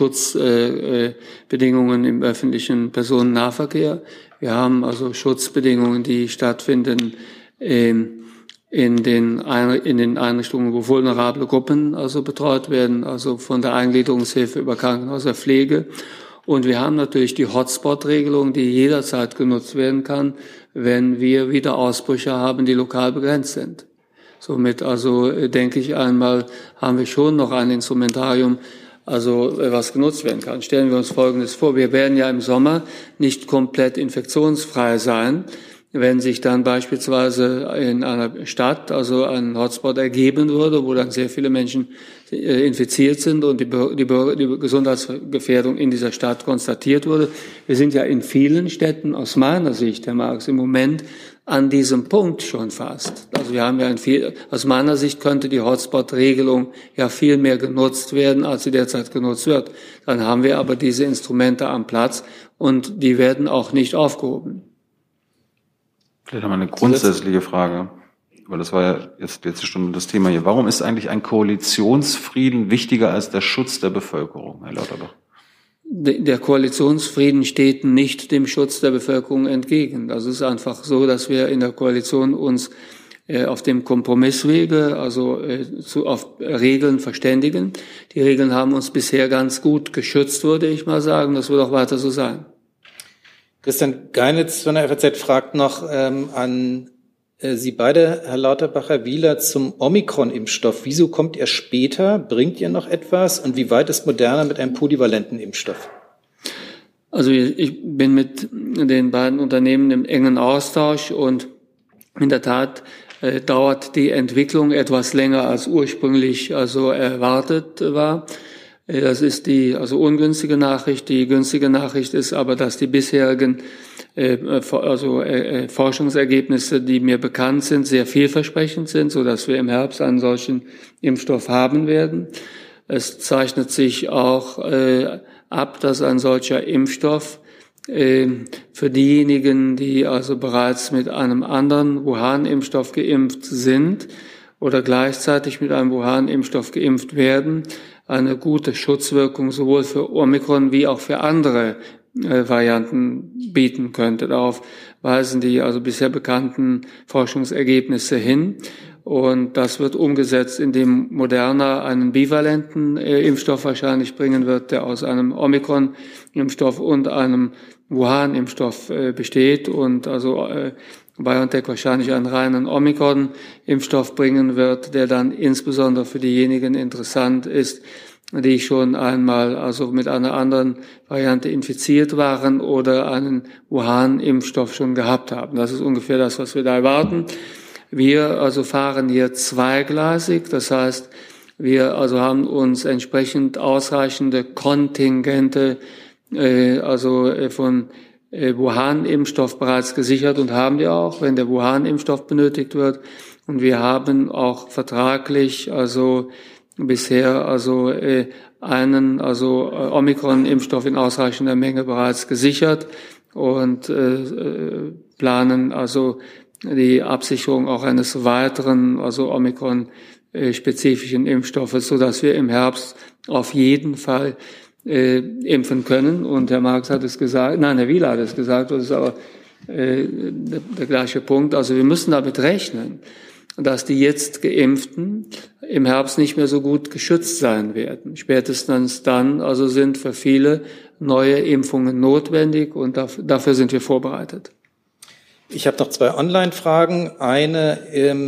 Schutzbedingungen im öffentlichen Personennahverkehr. Wir haben also Schutzbedingungen, die stattfinden in den Einrichtungen, wo vulnerable Gruppen also betreut werden, also von der Eingliederungshilfe über Krankenhäuser, Pflege. Und wir haben natürlich die Hotspot-Regelung, die jederzeit genutzt werden kann, wenn wir wieder Ausbrüche haben, die lokal begrenzt sind. Somit also denke ich einmal, haben wir schon noch ein Instrumentarium, also was genutzt werden kann. Stellen wir uns Folgendes vor: Wir werden ja im Sommer nicht komplett infektionsfrei sein. Wenn sich dann beispielsweise in einer Stadt also ein Hotspot ergeben würde, wo dann sehr viele Menschen infiziert sind und die Gesundheitsgefährdung in dieser Stadt konstatiert wurde. Wir sind ja in vielen Städten aus meiner Sicht, Herr Marx, im Moment an diesem Punkt schon fast. Also wir haben ja aus meiner Sicht könnte die Hotspot-Regelung ja viel mehr genutzt werden, als sie derzeit genutzt wird. Dann haben wir aber diese Instrumente am Platz und die werden auch nicht aufgehoben. Vielleicht haben wir eine grundsätzliche Frage, weil das war ja jetzt letzte Stunde das Thema hier. Warum ist eigentlich ein Koalitionsfrieden wichtiger als der Schutz der Bevölkerung, Herr Lauterbach? Der Koalitionsfrieden steht nicht dem Schutz der Bevölkerung entgegen. Das ist einfach so, dass wir in der Koalition uns auf dem Kompromisswege, also auf Regeln verständigen. Die Regeln haben uns bisher ganz gut geschützt, würde ich mal sagen. Das wird auch weiter so sein. Christian Geinitz von der FAZ fragt noch an Sie beide, Herr Lauterbach, Herr Wieler, zum Omikron-Impfstoff. Wieso kommt er später? Bringt ihr noch etwas? Und wie weit ist Moderna mit einem polyvalenten Impfstoff? Also ich bin mit den beiden Unternehmen im engen Austausch und in der Tat dauert die Entwicklung etwas länger als ursprünglich erwartet war. Das ist die ungünstige Nachricht. Die günstige Nachricht ist aber, dass die bisherigen Forschungsergebnisse, die mir bekannt sind, sehr vielversprechend sind, so dass wir im Herbst einen solchen Impfstoff haben werden. Es zeichnet sich auch ab, dass ein solcher Impfstoff für diejenigen, die bereits mit einem anderen Wuhan-Impfstoff geimpft sind oder gleichzeitig mit einem Wuhan-Impfstoff geimpft werden, eine gute Schutzwirkung sowohl für Omikron wie auch für andere Varianten bieten könnte. Darauf weisen die bisher bekannten Forschungsergebnisse hin. Und das wird umgesetzt, indem Moderna einen bivalenten Impfstoff wahrscheinlich bringen wird, der aus einem Omikron-Impfstoff und einem Wuhan-Impfstoff besteht und BioNTech wahrscheinlich einen reinen Omikron-Impfstoff bringen wird, der dann insbesondere für diejenigen interessant ist, die schon einmal mit einer anderen Variante infiziert waren oder einen Wuhan-Impfstoff schon gehabt haben. Das ist ungefähr das, was wir da erwarten. Wir fahren hier zweigleisig, das heißt, wir haben uns entsprechend ausreichende Kontingente von Wuhan-Impfstoff bereits gesichert und haben die auch, wenn der Wuhan-Impfstoff benötigt wird. Und wir haben auch vertraglich bisher einen Omikron-Impfstoff in ausreichender Menge bereits gesichert und planen die Absicherung auch eines weiteren, Omikron-spezifischen Impfstoffes, so dass wir im Herbst auf jeden Fall impfen können. Und Herr Marx hat es gesagt, Herr Wieler hat es gesagt, das ist aber der gleiche Punkt. Also wir müssen damit rechnen, dass die jetzt Geimpften im Herbst nicht mehr so gut geschützt sein werden. Spätestens dann sind für viele neue Impfungen notwendig und dafür sind wir vorbereitet. Ich habe noch zwei Online-Fragen. Eine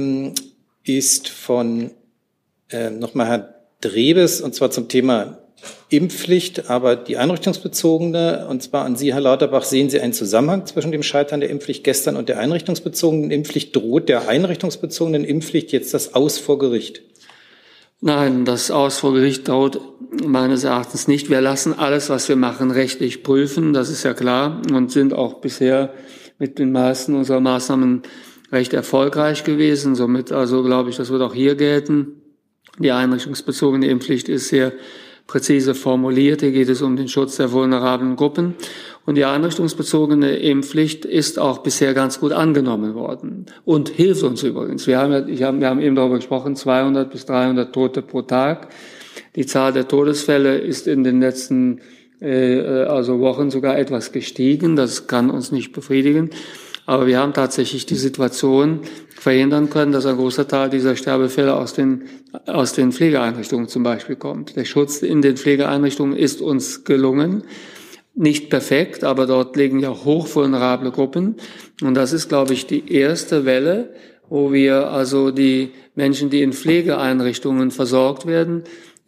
ist von nochmal Herrn Drebes, und zwar zum Thema Impfpflicht, aber die einrichtungsbezogene, und zwar an Sie, Herr Lauterbach. Sehen Sie einen Zusammenhang zwischen dem Scheitern der Impfpflicht gestern und der einrichtungsbezogenen Impfpflicht? Droht der einrichtungsbezogenen Impfpflicht jetzt das Aus vor Gericht? Nein, das Aus vor Gericht droht meines Erachtens nicht. Wir lassen alles, was wir machen, rechtlich prüfen, das ist ja klar, und sind auch bisher mit den meisten unserer Maßnahmen recht erfolgreich gewesen. Somit glaube ich, das wird auch hier gelten. Die einrichtungsbezogene Impfpflicht ist sehr präzise formuliert. Hier geht es um den Schutz der vulnerablen Gruppen. Und die einrichtungsbezogene Impfpflicht ist auch bisher ganz gut angenommen worden und hilft uns übrigens. Wir haben eben darüber gesprochen, 200 bis 300 Tote pro Tag. Die Zahl der Todesfälle ist in den letzten Wochen sogar etwas gestiegen. Das kann uns nicht befriedigen. Aber wir haben tatsächlich die Situation verhindern können, dass ein großer Teil dieser Sterbefälle aus den Pflegeeinrichtungen zum Beispiel kommt. Der Schutz in den Pflegeeinrichtungen ist uns gelungen. Nicht perfekt, aber dort liegen ja hochvulnerable Gruppen. Und das ist, glaube ich, die erste Welle, wo wir die Menschen, die in Pflegeeinrichtungen versorgt werden,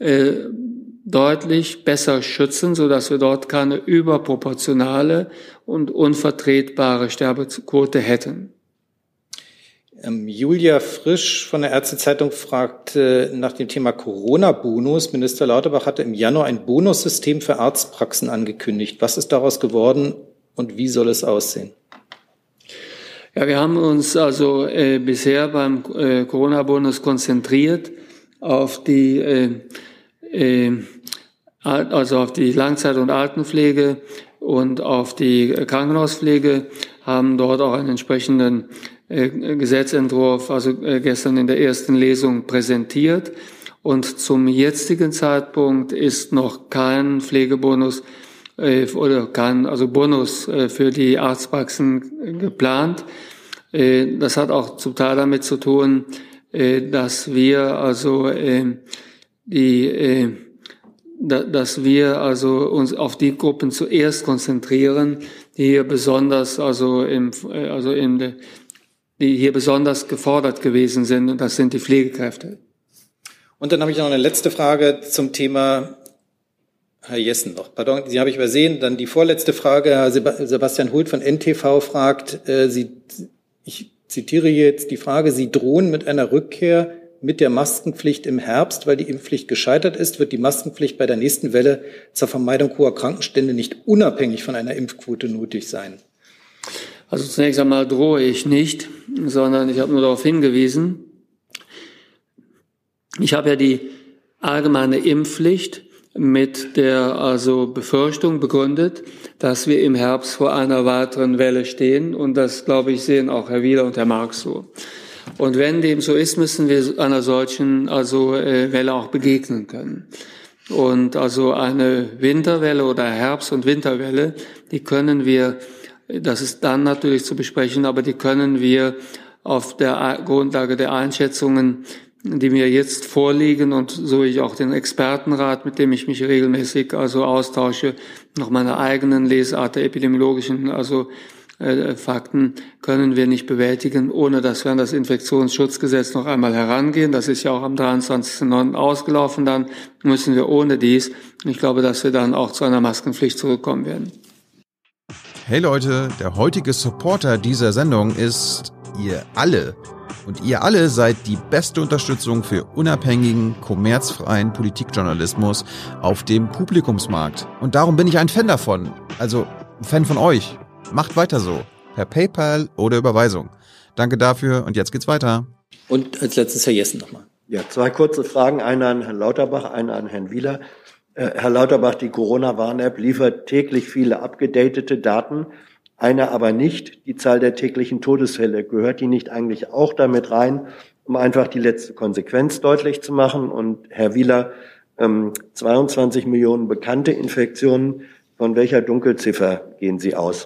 deutlich besser schützen, sodass wir dort keine überproportionale und unvertretbare Sterbequote hätten. Julia Frisch von der Ärztezeitung fragt nach dem Thema Corona-Bonus. Minister Lauterbach hatte im Januar ein Bonussystem für Arztpraxen angekündigt. Was ist daraus geworden und wie soll es aussehen? Ja, wir haben uns bisher beim Corona-Bonus konzentriert auf die Langzeit- und Altenpflege und auf die Krankenhauspflege, haben dort auch einen entsprechenden Gesetzentwurf gestern in der ersten Lesung präsentiert. Und zum jetzigen Zeitpunkt ist noch kein Pflegebonus oder kein Bonus für die Arztpraxen geplant. Das hat auch zum Teil damit zu tun, dass wir uns auf die Gruppen zuerst konzentrieren, die hier besonders in die hier besonders gefordert gewesen sind, und das sind die Pflegekräfte. Und dann habe ich noch eine letzte Frage zum Thema Herr Jessen noch. Pardon, Sie habe ich übersehen. Dann die vorletzte Frage. Herr Sebastian Hult von NTV fragt, ich zitiere jetzt die Frage, Sie drohen mit einer Rückkehr mit der Maskenpflicht im Herbst, weil die Impfpflicht gescheitert ist, wird die Maskenpflicht bei der nächsten Welle zur Vermeidung hoher Krankenstände nicht unabhängig von einer Impfquote nötig sein? Also zunächst einmal drohe ich nicht, sondern ich habe nur darauf hingewiesen. Ich habe ja die allgemeine Impfpflicht mit der Befürchtung begründet, dass wir im Herbst vor einer weiteren Welle stehen. Und das, glaube ich, sehen auch Herr Wieler und Herr Marx so. Und wenn dem so ist, müssen wir einer solchen Welle auch begegnen können. Und eine Winterwelle oder Herbst- und Winterwelle, die können wir, das ist dann natürlich zu besprechen, aber die können wir auf der Grundlage der Einschätzungen, die mir jetzt vorliegen und so ich auch den Expertenrat, mit dem ich mich regelmäßig austausche, noch meine eigenen Lesart der epidemiologischen Fakten können wir nicht bewältigen, ohne dass wir an das Infektionsschutzgesetz noch einmal herangehen. Das ist ja auch am 23.09. ausgelaufen. Dann müssen wir ohne dies, ich glaube, dass wir dann auch zu einer Maskenpflicht zurückkommen werden. Hey Leute, der heutige Supporter dieser Sendung ist ihr alle. Und ihr alle seid die beste Unterstützung für unabhängigen, kommerzfreien Politikjournalismus auf dem Publikumsmarkt. Und darum bin ich ein Fan davon. Also ein Fan von euch. Macht weiter so. Per PayPal oder Überweisung. Danke dafür und jetzt geht's weiter. Und als letztes Herr Jessen nochmal. Ja, 2 kurze Fragen. Eine an Herrn Lauterbach, eine an Herrn Wieler. Herr Lauterbach, die Corona-Warn-App liefert täglich viele abgedatete Daten, eine aber nicht, die Zahl der täglichen Todesfälle. Gehört die nicht eigentlich auch damit rein, um einfach die letzte Konsequenz deutlich zu machen? Und Herr Wieler, 22 Millionen bekannte Infektionen, von welcher Dunkelziffer gehen Sie aus?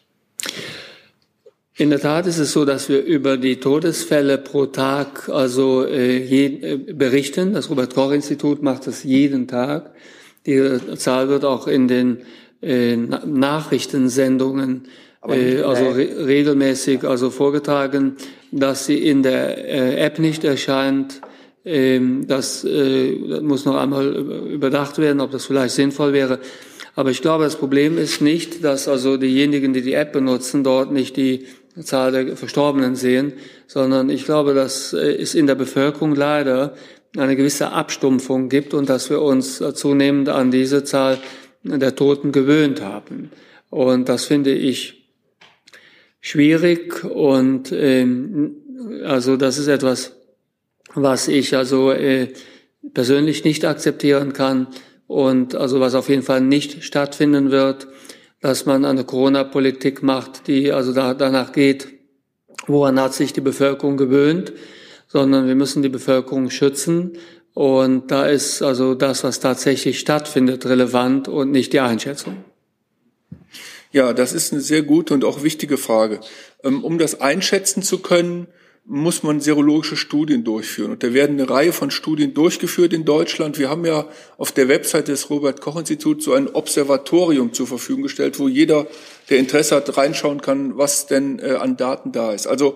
In der Tat ist es so, dass wir über die Todesfälle pro Tag berichten. Das Robert-Koch-Institut macht das jeden Tag. Die Zahl wird auch in den Nachrichtensendungen regelmäßig vorgetragen. Dass sie in der App nicht erscheint, das muss noch einmal überdacht werden, ob das vielleicht sinnvoll wäre. Aber ich glaube, das Problem ist nicht, dass diejenigen, die die App benutzen, dort nicht die Zahl der Verstorbenen sehen, sondern ich glaube, dass es in der Bevölkerung leider eine gewisse Abstumpfung gibt und dass wir uns zunehmend an diese Zahl der Toten gewöhnt haben. Und das finde ich schwierig und das ist etwas, was ich persönlich nicht akzeptieren kann und was auf jeden Fall nicht stattfinden wird, dass man eine Corona-Politik macht, die danach geht, woran hat sich die Bevölkerung gewöhnt, sondern wir müssen die Bevölkerung schützen. Und da ist das, was tatsächlich stattfindet, relevant und nicht die Einschätzung. Ja, das ist eine sehr gute und auch wichtige Frage. Um das einschätzen zu können, muss man serologische Studien durchführen. Und da werden eine Reihe von Studien durchgeführt in Deutschland. Wir haben ja auf der Webseite des Robert-Koch-Instituts so ein Observatorium zur Verfügung gestellt, wo jeder, der Interesse hat, reinschauen kann, was denn an Daten da ist. Also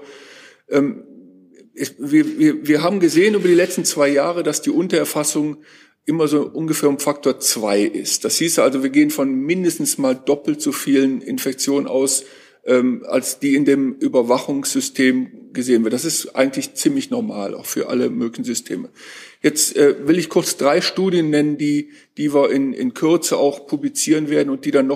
wir haben gesehen über die letzten 2 Jahre, dass die Untererfassung immer so ungefähr um Faktor 2 ist. Das hieß also, wir gehen von mindestens mal doppelt so vielen Infektionen aus, als die in dem Überwachungssystem gesehen wird. Das ist eigentlich ziemlich normal, auch für alle möglichen Systeme. Jetzt will ich kurz 3 Studien nennen, die wir in Kürze auch publizieren werden und die dann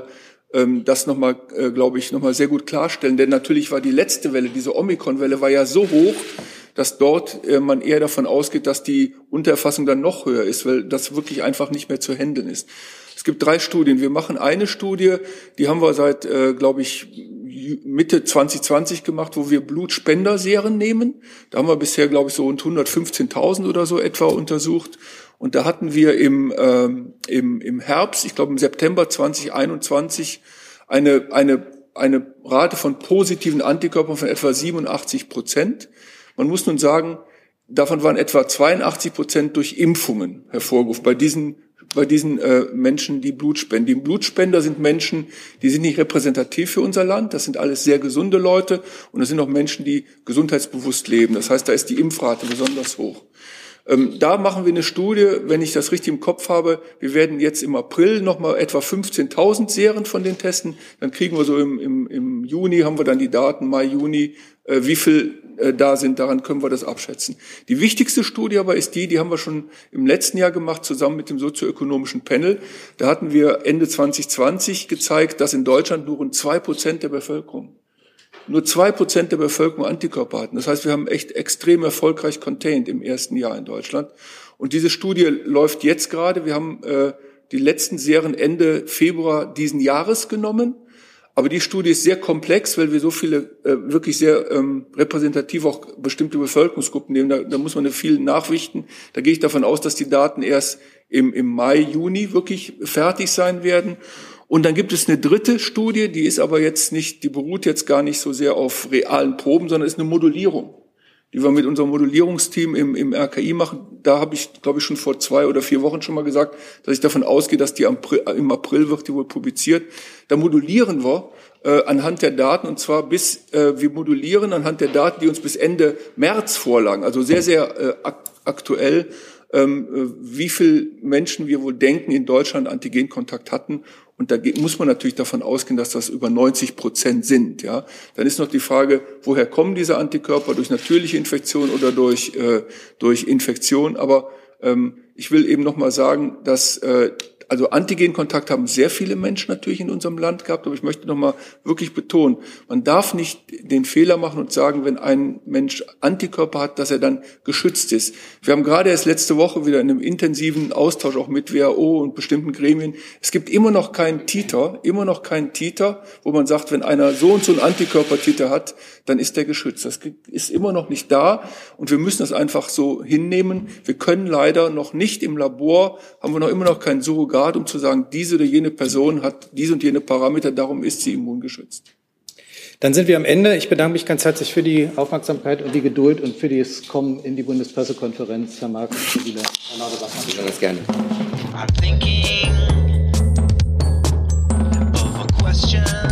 glaube ich, nochmal sehr gut klarstellen. Denn natürlich war die letzte Welle, diese Omikron-Welle, war ja so hoch, dass dort man eher davon ausgeht, dass die Untererfassung dann noch höher ist, weil das wirklich einfach nicht mehr zu handeln ist. Es gibt 3 Studien. Wir machen eine Studie, die haben wir seit, glaube ich, Mitte 2020 gemacht, wo wir Blutspenderserien nehmen. Da haben wir bisher, glaube ich, so rund 115.000 oder so etwa untersucht. Und da hatten wir im Herbst, ich glaube im September 2021, eine Rate von positiven Antikörpern von etwa 87%. Man muss nun sagen, davon waren etwa 82% durch Impfungen hervorgerufen bei diesen bei diesen Menschen, die Blut spenden. Die Blutspender sind Menschen, die sind nicht repräsentativ für unser Land. Das sind alles sehr gesunde Leute und das sind auch Menschen, die gesundheitsbewusst leben. Das heißt, da ist die Impfrate besonders hoch. Da machen wir eine Studie, wenn ich das richtig im Kopf habe. Wir werden jetzt im April nochmal etwa 15.000 Serien von den testen. Dann kriegen wir so im Juni, haben wir dann die Daten, Mai, Juni, wie viel da sind. Daran können wir das abschätzen. Die wichtigste Studie aber ist die haben wir schon im letzten Jahr gemacht, zusammen mit dem sozioökonomischen Panel. Da hatten wir Ende 2020 gezeigt, dass in Deutschland nur rund 2% der Bevölkerung nur 2% der Bevölkerung Antikörper hatten. Das heißt, wir haben echt extrem erfolgreich contained im ersten Jahr in Deutschland. Und diese Studie läuft jetzt gerade. Wir haben die letzten Serien Ende Februar diesen Jahres genommen. Aber die Studie ist sehr komplex, weil wir so viele wirklich sehr repräsentativ auch bestimmte Bevölkerungsgruppen nehmen. Da muss man viel nachrichten. Da gehe ich davon aus, dass die Daten erst im Mai, Juni wirklich fertig sein werden. Und dann gibt es eine dritte Studie, die ist aber jetzt nicht, die beruht jetzt gar nicht so sehr auf realen Proben, sondern ist eine Modellierung, die wir mit unserem Modellierungsteam im RKI machen. Da habe ich, glaube ich, schon vor 2 oder 4 Wochen schon mal gesagt, dass ich davon ausgehe, dass die im April wird die wohl publiziert. Da modellieren wir anhand der Daten, und zwar wir modellieren anhand der Daten, die uns bis Ende März vorlagen, also sehr, sehr aktuell, wie viel Menschen wir wohl denken in Deutschland Antigenkontakt hatten. Und da muss man natürlich davon ausgehen, dass das über 90% sind. Ja, dann ist noch die Frage, woher kommen diese Antikörper? Durch natürliche Infektion oder durch Infektion? Aber ich will eben noch mal sagen, dass also Antigenkontakt haben sehr viele Menschen natürlich in unserem Land gehabt, aber ich möchte noch mal wirklich betonen, man darf nicht den Fehler machen und sagen, wenn ein Mensch Antikörper hat, dass er dann geschützt ist. Wir haben gerade erst letzte Woche wieder in einem intensiven Austausch auch mit WHO und bestimmten Gremien, es gibt immer noch keinen Titer, wo man sagt, wenn einer so und so einen Antikörpertiter hat, dann ist der geschützt. Das ist immer noch nicht da und wir müssen das einfach so hinnehmen. Wir können leider noch nicht im Labor, haben wir noch immer noch kein Surrogat, um zu sagen, diese oder jene Person hat diese und jene Parameter, darum ist sie immungeschützt. Dann sind wir am Ende. Ich bedanke mich ganz herzlich für die Aufmerksamkeit und die Geduld und für das Kommen in die Bundespressekonferenz. Herr Mark, Herr Lauterbach. Besonders gerne. I'm thinking of a question.